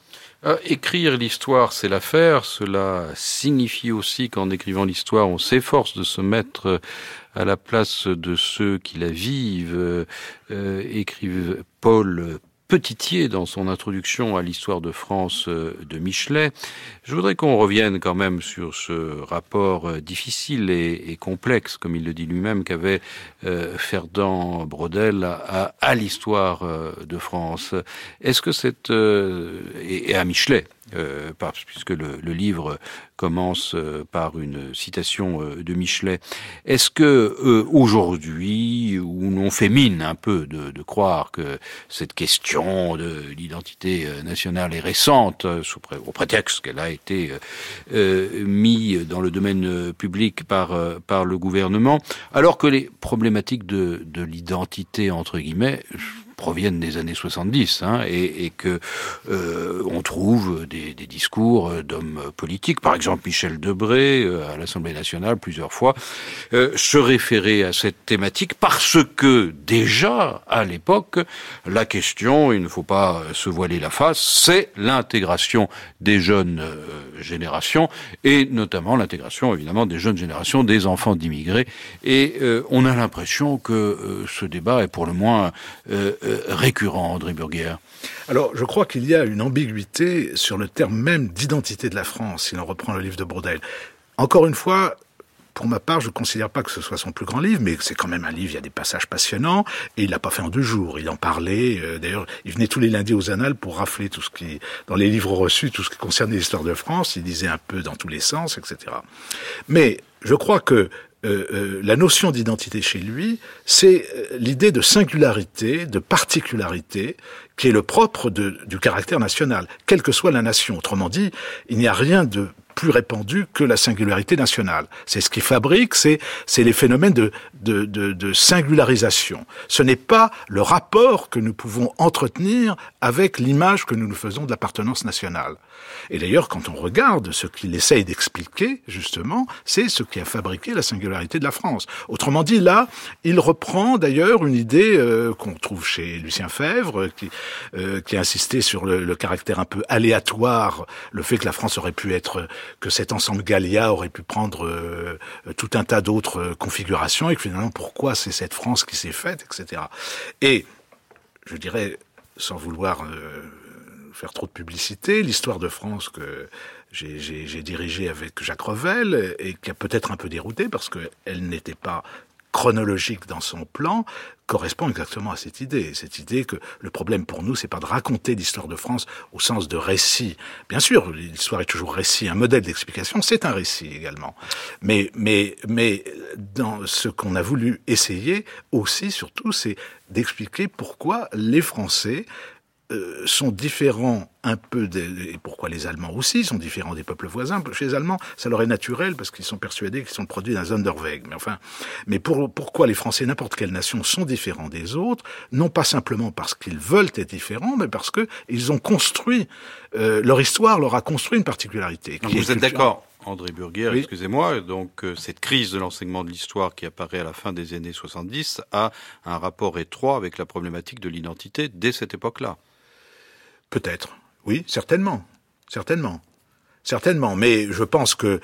Écrire l'histoire, c'est l'affaire. Cela signifie aussi qu'en écrivant l'histoire, on s'efforce de se mettre à la place de ceux qui la vivent. Écrive Paul Petitier dans son introduction à l'histoire de France de Michelet. Je voudrais qu'on revienne quand même sur ce rapport difficile et complexe, comme il le dit lui-même, qu'avait Ferdinand Braudel à l'histoire de France. Est-ce que et à Michelet, puisque le livre commence par une citation de Michelet. Est-ce que aujourd'hui, où on fait mine un peu de croire que cette question de l'identité nationale est récente, au prétexte qu'elle a été mise dans le domaine public par le gouvernement, alors que les problématiques de l'identité, entre guillemets, proviennent des années 70, et que on trouve des discours d'hommes politiques, par exemple Michel Debré à l'Assemblée nationale plusieurs fois, se référer à cette thématique parce que déjà à l'époque la question, il ne faut pas se voiler la face, c'est l'intégration des jeunes générations et notamment l'intégration évidemment des jeunes générations des enfants d'immigrés, et on a l'impression que ce débat est pour le moins récurrent, André Burguière. Alors, je crois qu'il y a une ambiguïté sur le terme même d'identité de la France, si l'on reprend le livre de Braudel. Encore une fois, pour ma part, je ne considère pas que ce soit son plus grand livre, mais c'est quand même un livre, il y a des passages passionnants, et il l'a pas fait en 2 jours. Il en parlait, d'ailleurs, il venait tous les lundis aux Annales pour rafler tout ce qui, dans les livres reçus, tout ce qui concernait l'histoire de France, il disait un peu dans tous les sens, etc. Mais je crois que la notion d'identité chez lui, c'est l'idée de singularité, de particularité, qui est le propre du caractère national, quelle que soit la nation. Autrement dit, il n'y a rien de plus répandu que la singularité nationale. C'est ce qui fabrique, c'est les phénomènes de singularisation. Ce n'est pas le rapport que nous pouvons entretenir avec l'image que nous nous faisons de l'appartenance nationale. Et d'ailleurs, quand on regarde ce qu'il essaye d'expliquer, justement, c'est ce qui a fabriqué la singularité de la France. Autrement dit, là, il reprend d'ailleurs une idée qu'on trouve chez Lucien Febvre, qui a insisté sur le caractère un peu aléatoire, le fait que la France aurait pu être, que cet ensemble Gallia aurait pu prendre tout un tas d'autres configurations, et que finalement, pourquoi c'est cette France qui s'est faite, etc. Et, je dirais, sans vouloir faire trop de publicité, l'histoire de France que j'ai dirigée avec Jacques Revel, et qui a peut-être un peu dérouté parce qu'elle n'était pas chronologique dans son plan, correspond exactement à cette idée que le problème pour nous, c'est pas de raconter l'histoire de France au sens de récit. Bien sûr, l'histoire est toujours récit, un modèle d'explication, c'est un récit également. Mais dans ce qu'on a voulu essayer aussi, surtout, c'est d'expliquer pourquoi les Français sont différents un peu et pourquoi les Allemands aussi sont différents des peuples voisins. Chez les Allemands, ça leur est naturel parce qu'ils sont persuadés qu'ils sont le produit d'un Sonderweg. Mais pourquoi les Français, n'importe quelle nation, sont différents des autres, non pas simplement parce qu'ils veulent être différents, mais parce que ils ont construit leur histoire leur a construit une particularité. Vous êtes d'accord, André Burguière, oui. Excusez-moi, donc cette crise de l'enseignement de l'histoire qui apparaît à la fin des années 70 a un rapport étroit avec la problématique de l'identité dès cette époque-là. Peut-être, oui, certainement. Mais je pense que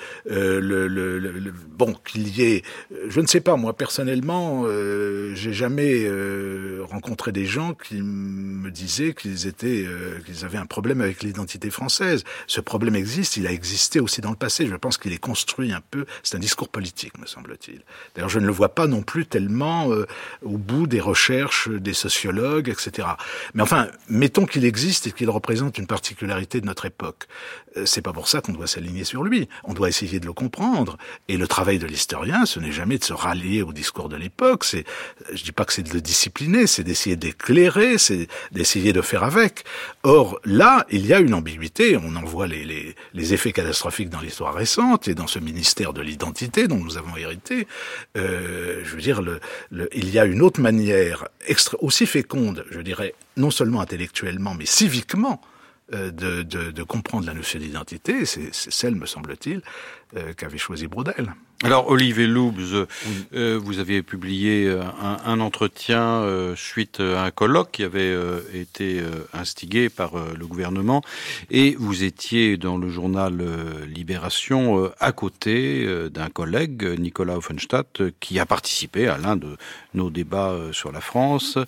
qu'il y ait, je ne sais pas, moi personnellement, j'ai jamais rencontré des gens qui me disaient qu'ils avaient un problème avec l'identité française. Ce problème existe, il a existé aussi dans le passé. Je pense qu'il est construit un peu. C'est un discours politique, me semble-t-il. D'ailleurs, je ne le vois pas non plus tellement au bout des recherches des sociologues, etc. Mais enfin, mettons qu'il existe et qu'il représente une particularité de notre époque. C'est pas pour ça qu'on doit s'aligner sur lui. On doit essayer de le comprendre. Et le travail de l'historien, ce n'est jamais de se rallier au discours de l'époque. Je dis pas que c'est de le discipliner, c'est d'essayer d'éclairer, c'est d'essayer de faire avec. Or, là, il y a une ambiguïté. On en voit les effets catastrophiques dans l'histoire récente et dans ce ministère de l'identité dont nous avons hérité. Je veux dire, il y a une autre manière aussi féconde, je dirais, non seulement intellectuellement, mais civiquement, de comprendre la notion d'identité, c'est celle, me semble-t-il, qu'avait choisi Braudel. Alors, Olivier Loubs, vous aviez publié un entretien suite à un colloque qui avait été instigé par le gouvernement, et vous étiez dans le journal Libération à côté d'un collègue, Nicolas Offenstadt, qui a participé à l'un de nos débats sur la France,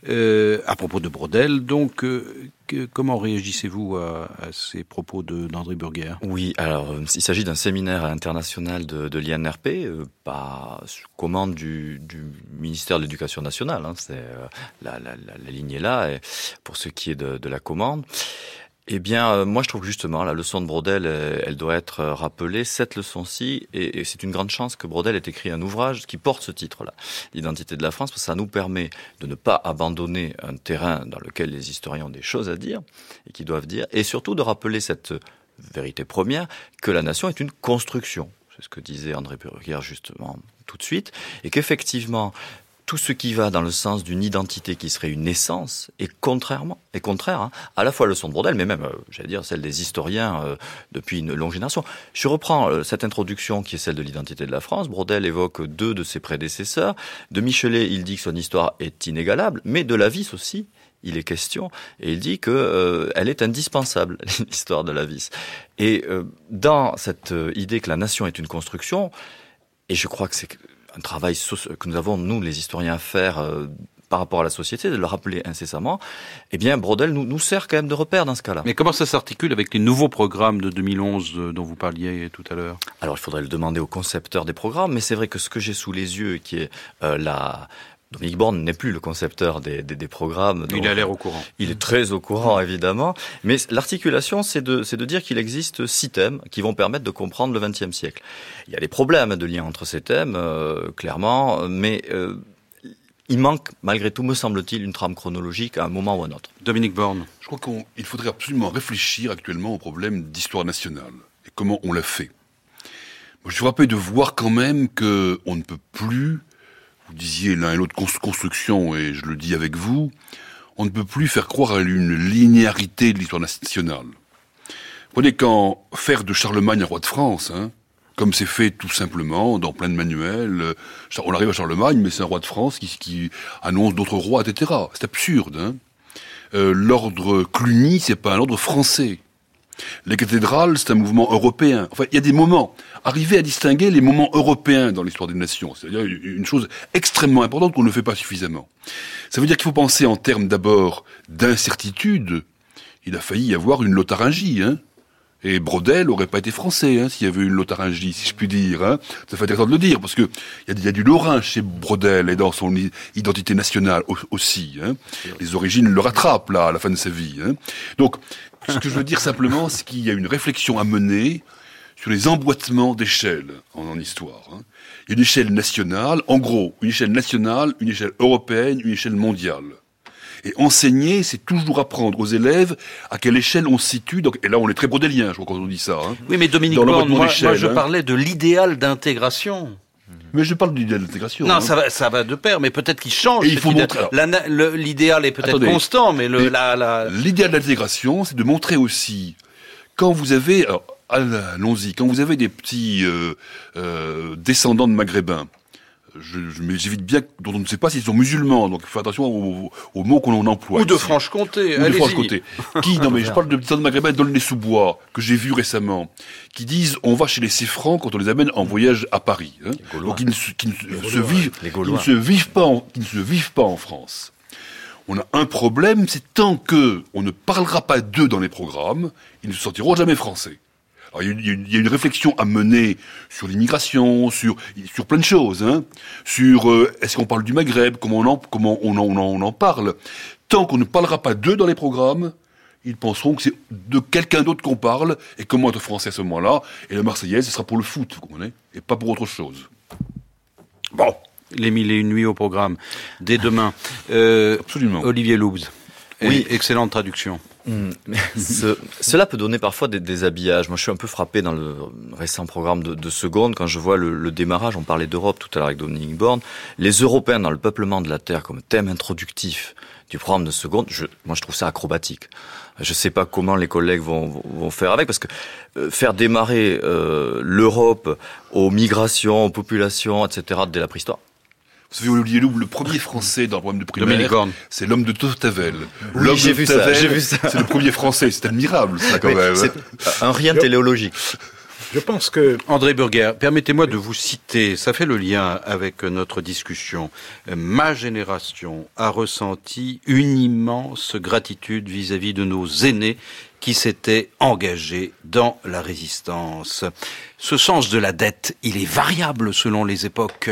à propos de Braudel. Donc, comment réagissez-vous à ces propos d'André Burguière ? Oui, alors il s'agit d'un séminaire international de l'INRP, par commande du ministère de l'Éducation nationale. C'est la ligne est là, et pour ce qui est de la commande. Eh bien, moi je trouve que justement la leçon de Braudel, elle doit être rappelée, cette leçon-ci, et c'est une grande chance que Braudel ait écrit un ouvrage qui porte ce titre-là, l'identité de la France, parce que ça nous permet de ne pas abandonner un terrain dans lequel les historiens ont des choses à dire, et qui doivent dire, et surtout de rappeler cette vérité première, que la nation est une construction. C'est ce que disait André Burguière justement tout de suite, et qu'effectivement, tout ce qui va dans le sens d'une identité qui serait une essence est contraire à la fois la leçon de Braudel, mais même, j'allais dire, celle des historiens depuis une longue génération. Je reprends cette introduction qui est celle de l'identité de la France. Braudel évoque deux de ses prédécesseurs. De Michelet, il dit que son histoire est inégalable, mais de Lavis aussi, il est question, et il dit que elle est indispensable, l'histoire de Lavis. Et dans cette idée que la nation est une construction, et je crois que c'est un travail que nous avons, nous, les historiens, à faire par rapport à la société, de le rappeler incessamment, eh bien, Braudel nous sert quand même de repère dans ce cas-là. Mais comment ça s'articule avec les nouveaux programmes de 2011 dont vous parliez tout à l'heure ? Alors, il faudrait le demander au concepteur des programmes, mais c'est vrai que ce que j'ai sous les yeux, qui est Dominique Borne n'est plus le concepteur des programmes. Il a l'air au courant. Il est très au courant, évidemment. Mais l'articulation, c'est de dire qu'il existe 6 thèmes qui vont permettre de comprendre le XXe siècle. Il y a des problèmes de lien entre ces thèmes, clairement, mais il manque, malgré tout, me semble-t-il, une trame chronologique à un moment ou à un autre. Dominique Borne. Je crois qu'il faudrait absolument réfléchir actuellement au problème d'histoire nationale et comment on l'a fait. Moi, je suis frappé de voir quand même que on ne peut plus. Vous disiez l'un et l'autre construction, et je le dis avec vous, on ne peut plus faire croire à une linéarité de l'histoire nationale. Prenez quand faire de Charlemagne un roi de France, comme c'est fait tout simplement dans plein de manuels, on arrive à Charlemagne, mais c'est un roi de France qui annonce d'autres rois, etc. C'est absurde. L'ordre Cluny, c'est pas un ordre français. Les cathédrales, c'est un mouvement européen. Enfin, il y a des moments. Arriver à distinguer les moments européens dans l'histoire des nations, c'est-à-dire une chose extrêmement importante qu'on ne fait pas suffisamment. Ça veut dire qu'il faut penser en termes d'abord d'incertitude. Il a failli y avoir une Lotharingie, Et Braudel aurait pas été français, s'il y avait eu une Lotharingie, si je puis dire, Ça fait intéressant de le dire, parce que il y a du Lorrain chez Braudel et dans son identité nationale aussi, Les origines le rattrapent, là, à la fin de sa vie, Donc, ce que je veux dire simplement, c'est qu'il y a une réflexion à mener sur les emboîtements d'échelles en histoire. Il y a une échelle nationale, en gros, une échelle nationale, une échelle européenne, une échelle mondiale. Et enseigner, c'est toujours apprendre aux élèves à quelle échelle on se situe. Donc, et là, on est très braudelien, je crois, quand on dit ça. Oui, mais Dominique Borne, moi je parlais de l'idéal d'intégration. Mais je parle d'idéal d'intégration. Non, ça va de pair, mais peut-être qu'il change. Et il faut montrer. L'idéal est peut-être constant, mais l'idéal d'intégration, c'est de montrer aussi, quand vous avez, alors, allons-y, quand vous avez des petits descendants de Maghrébins, j'évite bien dont on ne sait pas s'ils sont musulmans, donc il faut attention aux mots qu'on emploie. Ou de Franche-Comté, allez-y. Franche-Comté. Je parle de petits maghrébins d'Aulnay-sous-Bois, que j'ai vus récemment, qui disent, on va chez les Céfrans quand on les amène en voyage à Paris. Donc qui ne se vivent pas en France. On a un problème, c'est tant que on ne parlera pas d'eux dans les programmes, ils ne se sentiront jamais français. Alors, il y a une réflexion à mener sur l'immigration, sur plein de choses, sur est-ce qu'on parle du Maghreb, comment on en parle. Tant qu'on ne parlera pas d'eux dans les programmes, ils penseront que c'est de quelqu'un d'autre qu'on parle, et comment être français à ce moment-là. Et la Marseillaise, ce sera pour le foot, vous comprenez, et pas pour autre chose. Bon, les 1001 nuits au programme dès demain. Absolument. Olivier Loubs. Oui, excellente traduction. Cela peut donner parfois des déshabillages. Moi, je suis un peu frappé dans le récent programme de Seconde, quand je vois le démarrage, on parlait d'Europe tout à l'heure avec Dominique Borne, les Européens dans le peuplement de la Terre comme thème introductif du programme de Seconde, moi je trouve ça acrobatique. Je ne sais pas comment les collègues vont faire avec, parce que faire démarrer l'Europe aux migrations, aux populations, etc., dès la préhistoire. Vous savez, Olivier Loub, le premier français dans le problème de primaire, c'est l'homme de Tavel. Oui, L'homme j'ai de vu Tavel, ça. C'est le premier français. C'est admirable, ça, quand même. C'est un rien téléologique. Je pense que... André Burguère, permettez-moi de vous citer, ça fait le lien avec notre discussion. Ma génération a ressenti une immense gratitude vis-à-vis de nos aînés qui s'étaient engagés dans la résistance. Ce sens de la dette, il est variable selon les époques.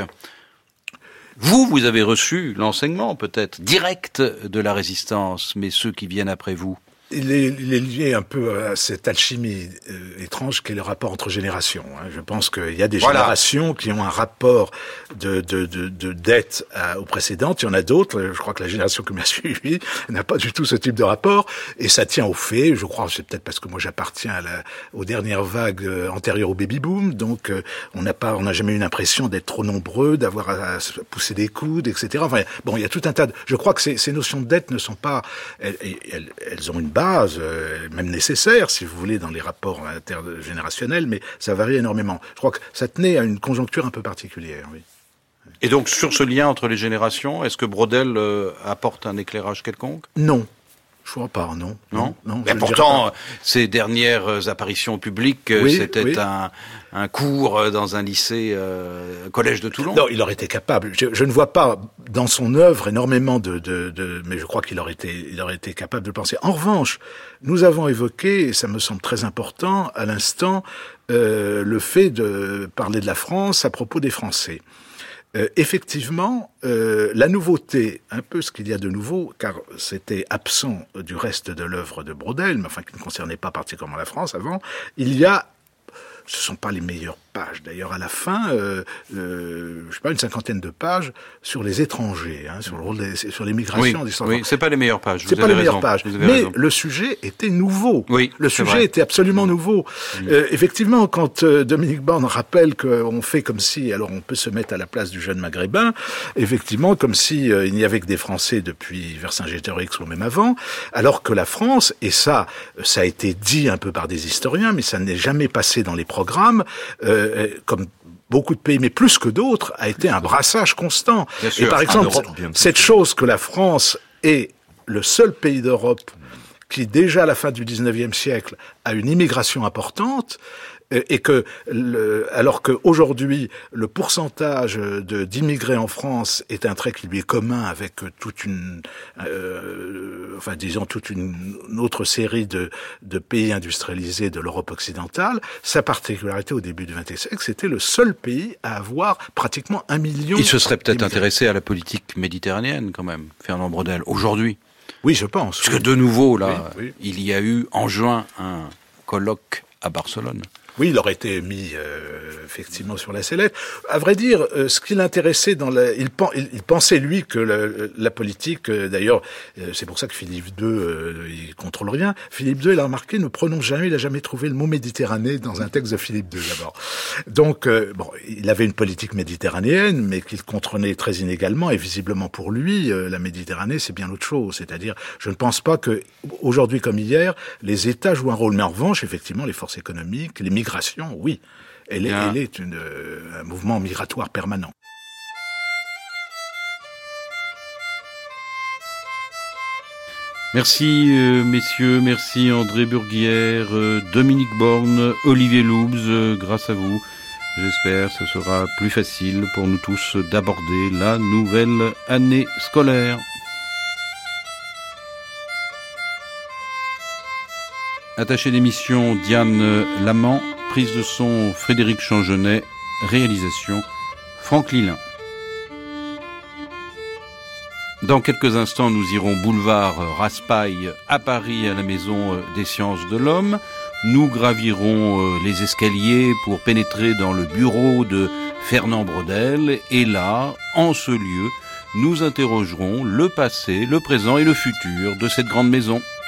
Vous avez reçu l'enseignement, peut-être, direct de la résistance, mais ceux qui viennent après vous. Il est lié un peu à cette alchimie étrange qu'est le rapport entre générations. Je pense qu'il y a des générations qui ont un rapport de dette aux précédentes. Il y en a d'autres. Je crois que la génération qui m'a suivi n'a pas du tout ce type de rapport. Et ça tient au fait. Je crois, c'est peut-être parce que moi j'appartiens aux dernières vagues antérieures au baby-boom. Donc on n'a jamais eu l'impression d'être trop nombreux, d'avoir à pousser des coudes, etc. Enfin, bon, il y a tout un tas de... Je crois que ces notions de dette ne sont pas... Elles ont une base, même nécessaire, si vous voulez, dans les rapports intergénérationnels, mais ça varie énormément. Je crois que ça tenait à une conjoncture un peu particulière, oui. Et donc, sur ce lien entre les générations, est-ce que Braudel apporte un éclairage quelconque ? Non. Je crois pas, non. Non. Mais pourtant, ses dernières apparitions publiques, c'était un cours dans un lycée, collège de Toulon. Non, il aurait été capable. Je ne vois pas dans son œuvre énormément mais je crois qu'il aurait été capable de le penser. En revanche, nous avons évoqué, et ça me semble très important, à l'instant, le fait de parler de la France à propos des Français. Effectivement, la nouveauté, un peu ce qu'il y a de nouveau, car c'était absent du reste de l'œuvre de Braudel, mais enfin qui ne concernait pas particulièrement la France avant, il y a, ce ne sont pas les meilleures pages d'ailleurs à la fin, je sais pas, une 50aine de pages sur les étrangers, sur le rôle sur les migrations. Oui, c'est pas les meilleures pages. C'est pas les meilleures pages, mais le sujet était nouveau. Oui, le sujet était absolument nouveau. Effectivement, quand Dominique Borne rappelle qu'on fait comme si, alors on peut se mettre à la place du jeune maghrébin, effectivement, comme si il n'y avait que des Français depuis Vercingétorix ou même avant, alors que la France, et ça a été dit un peu par des historiens, mais ça n'est jamais passé dans les programmes, comme beaucoup de pays, mais plus que d'autres, a été un brassage constant. Et par exemple, cette chose que la France est le seul pays d'Europe qui, déjà à la fin du 19e siècle, a une immigration importante, et que alors qu'aujourd'hui le pourcentage d'immigrés en France est un trait qui lui est commun avec toute une autre série de pays industrialisés de l'Europe occidentale, sa particularité au début du XXe siècle, c'était le seul pays à avoir pratiquement 1 million. Il se serait peut-être intéressé à la politique méditerranéenne quand même, Fernand Braudel, aujourd'hui. Oui, je pense. Parce que de nouveau, là, il y a eu en juin un colloque à Barcelone. Oui, il aurait été mis effectivement sur la sellette. À vrai dire, ce qui l'intéressait il pensait lui que la politique, d'ailleurs, c'est pour ça que Philippe II, il contrôle rien. Philippe II, il a remarqué, ne prononce jamais, il a jamais trouvé le mot Méditerranée dans un texte de Philippe II d'abord. Donc, il avait une politique méditerranéenne, mais qu'il contrôlait très inégalement, et visiblement pour lui, la Méditerranée, c'est bien autre chose. C'est-à-dire, je ne pense pas que aujourd'hui comme hier, les États jouent un rôle, mais en revanche, effectivement, les forces économiques, les migration, oui. Elle est un mouvement migratoire permanent. Merci messieurs, merci André Burguère, Dominique Borne, Olivier Loubs, grâce à vous, j'espère ce sera plus facile pour nous tous d'aborder la nouvelle année scolaire. Attaché d'émission Diane Lamant, prise de son Frédéric Changenet, réalisation Franck Lilin. Dans quelques instants, nous irons boulevard Raspail à Paris à la Maison des Sciences de l'Homme. Nous gravirons les escaliers pour pénétrer dans le bureau de Fernand Braudel et là, en ce lieu, nous interrogerons le passé, le présent et le futur de cette grande maison.